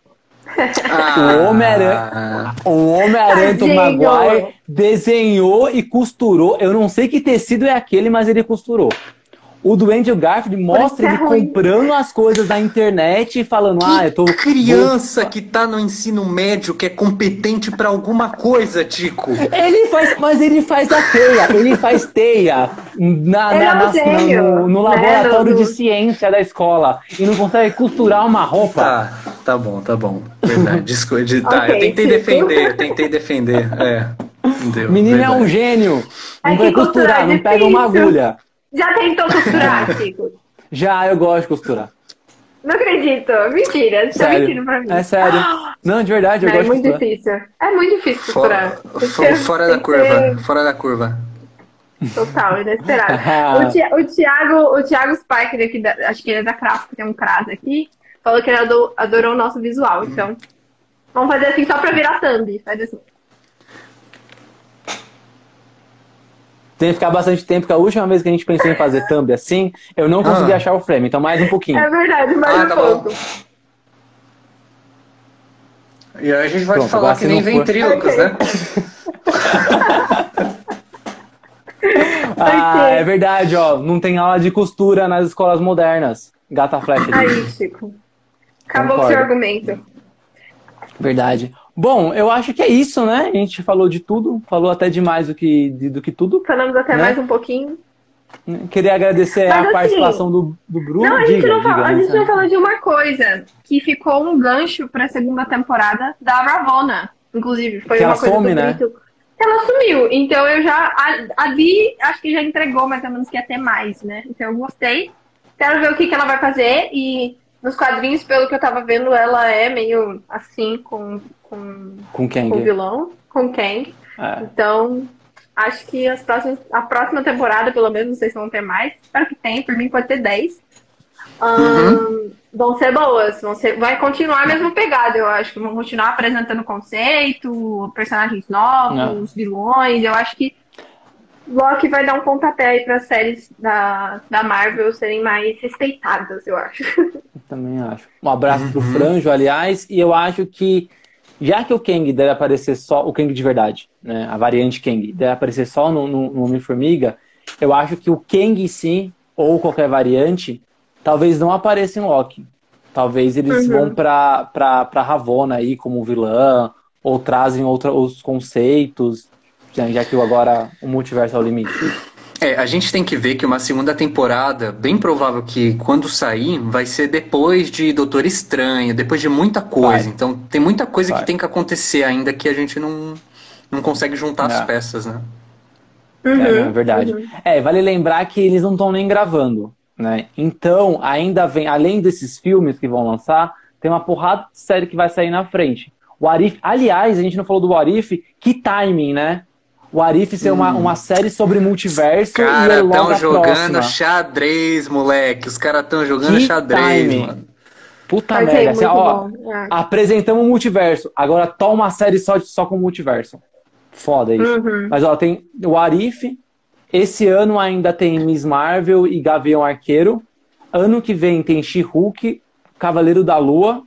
O Homem-Aranha Tobey Maguire desenhou e costurou, eu não sei que tecido é aquele, mas ele costurou. O do Andrew Garfield mostra ele comprando as coisas da internet e falando, eu tô... criança que tá no ensino médio que é competente pra alguma coisa, Tico. Mas ele faz a teia, ele faz teia no laboratório de ciência da escola e não consegue costurar uma roupa. Tá bom. Verdade, desculpa. Eu tentei defender. O menino é um gênio. Não vai costurar, não pega uma agulha. Já tentou costurar, Chico? Já, eu gosto de costurar. Não acredito. Mentira. Você tá mentindo pra mim. É sério. Não, de verdade, eu gosto de costurar. É muito difícil costurar. Fora da curva. Total, inesperado. o Thiago Spiker, aqui acho que ele é da Craft, que tem um crase aqui, falou que ele adorou o nosso visual. Então, vamos fazer assim só pra virar thumb. Faz assim. Tem que ficar bastante tempo, porque a última vez que a gente pensou em fazer thumb assim, eu não consegui achar o frame, então mais um pouquinho. É verdade, mais um pouco. E aí a gente vai falar que nem ventrílocos, né? É verdade, não tem aula de costura nas escolas modernas. Gata flecha. Aí, Chico. Acabou com o seu argumento. Verdade. Bom, eu acho que é isso, né? A gente falou de tudo, falou até demais do que tudo. Falamos até mais um pouquinho. Queria agradecer a participação do Bruno. Não, a gente não falou de uma coisa, que ficou um gancho para a segunda temporada da Ravonna. Inclusive, foi uma coisa some, né? Ela sumiu, então eu já... A Vi, acho que já entregou mais ou menos que ia ter mais, né? Então eu gostei. Quero ver o que ela vai fazer e... Nos quadrinhos, pelo que eu tava vendo, ela é meio assim com Kang. Com o vilão, com Kang. Então, acho que a próxima temporada, pelo menos, não sei se vão ter mais. Espero que tenha, por mim pode ter 10. Vão ser boas. Vai continuar a mesma pegada, eu acho. Que vão continuar apresentando conceito, personagens novos, vilões. Eu acho que Loki vai dar um pontapé aí para as séries da Marvel serem mais respeitadas, eu acho. Eu também acho. Um abraço pro Franjo, aliás, e eu acho que, já que o Kang deve aparecer só, o Kang de verdade, né, a variante Kang, deve aparecer só no Homem-Formiga, eu acho que o Kang em si ou qualquer variante, talvez não apareça em Loki. Talvez eles vão pra Ravonna aí como vilã, ou trazem outros conceitos, já que agora o multiverso é o limite. A gente tem que ver que uma segunda temporada, bem provável que quando sair, vai ser depois de Doutor Estranho, depois de muita coisa. Vai. Então tem muita coisa que tem que acontecer ainda que a gente não consegue juntar as peças, né? É verdade. Vale lembrar que eles não estão nem gravando, né? Então, ainda vem, além desses filmes que vão lançar, tem uma porrada de série que vai sair na frente. O Arif, aliás, a gente não falou do Arif, que timing, né? O Arif ser uma série sobre multiverso e é logo tão a jogando próxima. xadrez, moleque. Os caras estão jogando Que xadrez, timing. mano. Puta merda. Assim, apresentamos o multiverso. Agora toma uma série só com o multiverso. Foda isso. Mas tem o Arif. Esse ano ainda tem Miss Marvel e Gavião Arqueiro. Ano que vem tem She-Hulk, Cavaleiro da Lua.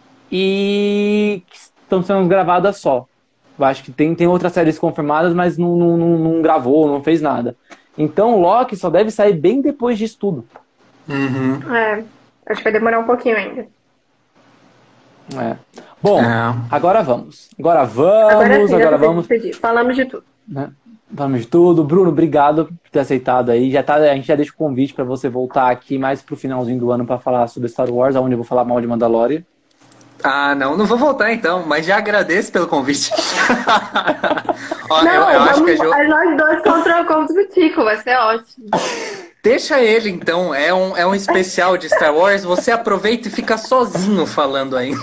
E estão sendo gravadas só. Eu acho que tem outras séries confirmadas, mas não gravou, não fez nada. Então Loki só deve sair bem depois disso tudo. Acho que vai demorar um pouquinho ainda. Bom, agora vamos. Agora vamos. Falamos de tudo. Né? Falamos de tudo. Bruno, obrigado por ter aceitado aí. A gente já deixa o convite para você voltar aqui mais pro finalzinho do ano para falar sobre Star Wars, onde eu vou falar mal de Mandalorian. Não vou voltar então, mas já agradeço pelo convite. Acho que nós dois contra o Tico, vai ser ótimo. Deixa ele então, é um especial de Star Wars, você aproveita e fica sozinho falando ainda.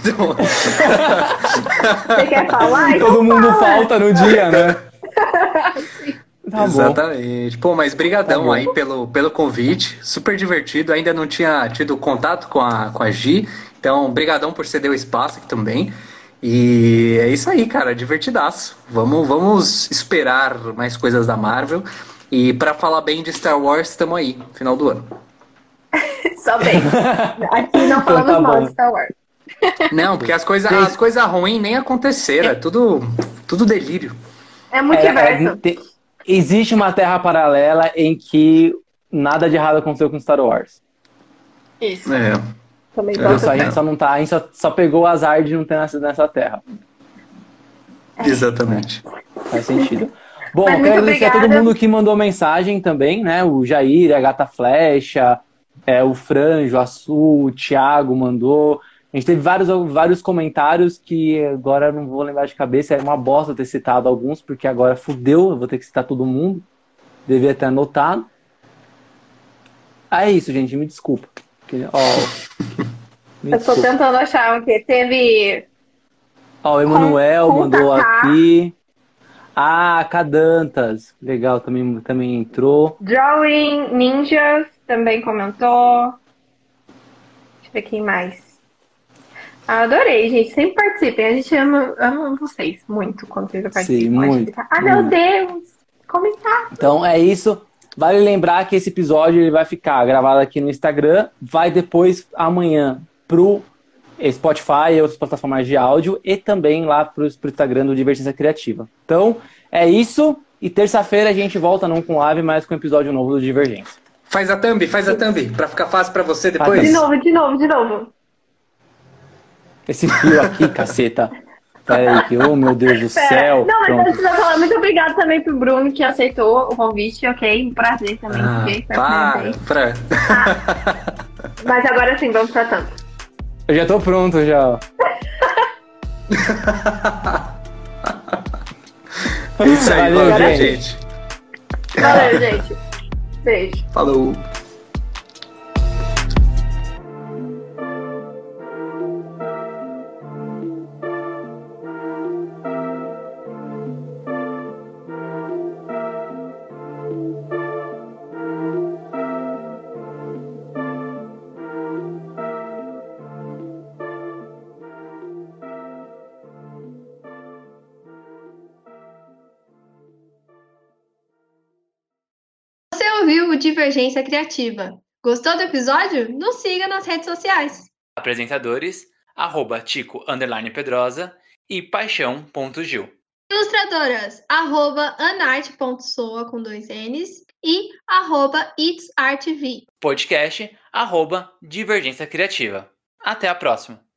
Você quer falar? Todo mundo falta no dia, né? Tá exatamente. Pô, mas brigadão aí pelo convite, super divertido, ainda não tinha tido contato com a Gi. Então, brigadão por ceder o espaço aqui também. E é isso aí, cara, divertidaço. Vamos esperar mais coisas da Marvel. E pra falar bem de Star Wars, estamos aí, final do ano. Só bem. Aqui não falamos mal de Star Wars. Não, porque as coisas ruins nem aconteceram, é tudo delírio. É multiverso. Existe uma terra paralela em que nada de errado aconteceu com Star Wars. Isso. A gente só não tá, a gente só pegou o azar de não ter nascido nessa terra. Exatamente. Faz sentido. Bom, quero agradecer a todo mundo que mandou mensagem também, né? O Jair, a Gata Flecha, o Franjo, a Su, o Thiago mandou. A gente teve vários comentários que agora eu não vou lembrar de cabeça. É uma bosta ter citado alguns, porque agora fudeu, eu vou ter que citar todo mundo. Devia ter anotado. É isso, gente, me desculpa. Eu tô tentando achar o que teve. O Emanuel mandou aqui. Cadantas. Legal, também entrou. Drawing Ninjas também comentou. Deixa eu ver quem mais. Adorei, gente. Sempre participem. A gente ama vocês muito quando vocês participam. Sim, muito. Meu Deus! Comentar. Então é isso. Vale lembrar que esse episódio ele vai ficar gravado aqui no Instagram. Vai depois, amanhã, pro Spotify e outras plataformas de áudio. E também lá pro Instagram do Divergência Criativa. Então, é isso. E terça-feira a gente volta não com live, mas com episódio novo do Divergência. Faz a thumb, pra ficar fácil pra você depois. De novo. Esse fio aqui, caceta. Pera aí, meu Deus do céu. Não, mas antes de eu falar, muito obrigada também pro Bruno que aceitou o convite, ok? Um prazer também. Mas agora sim, vamos pra tanto. Eu já tô pronto, já. Isso aí, valeu, gente. Valeu, gente. Beijo. Falou. Ouviu o Divergência Criativa. Gostou do episódio? Nos siga nas redes sociais. Apresentadores, @Tico_Pedrosa e paixão.gil. Ilustradoras, @anarte.soa com 2 N's e @itsartv. Podcast @Divergência Criativa. Até a próxima!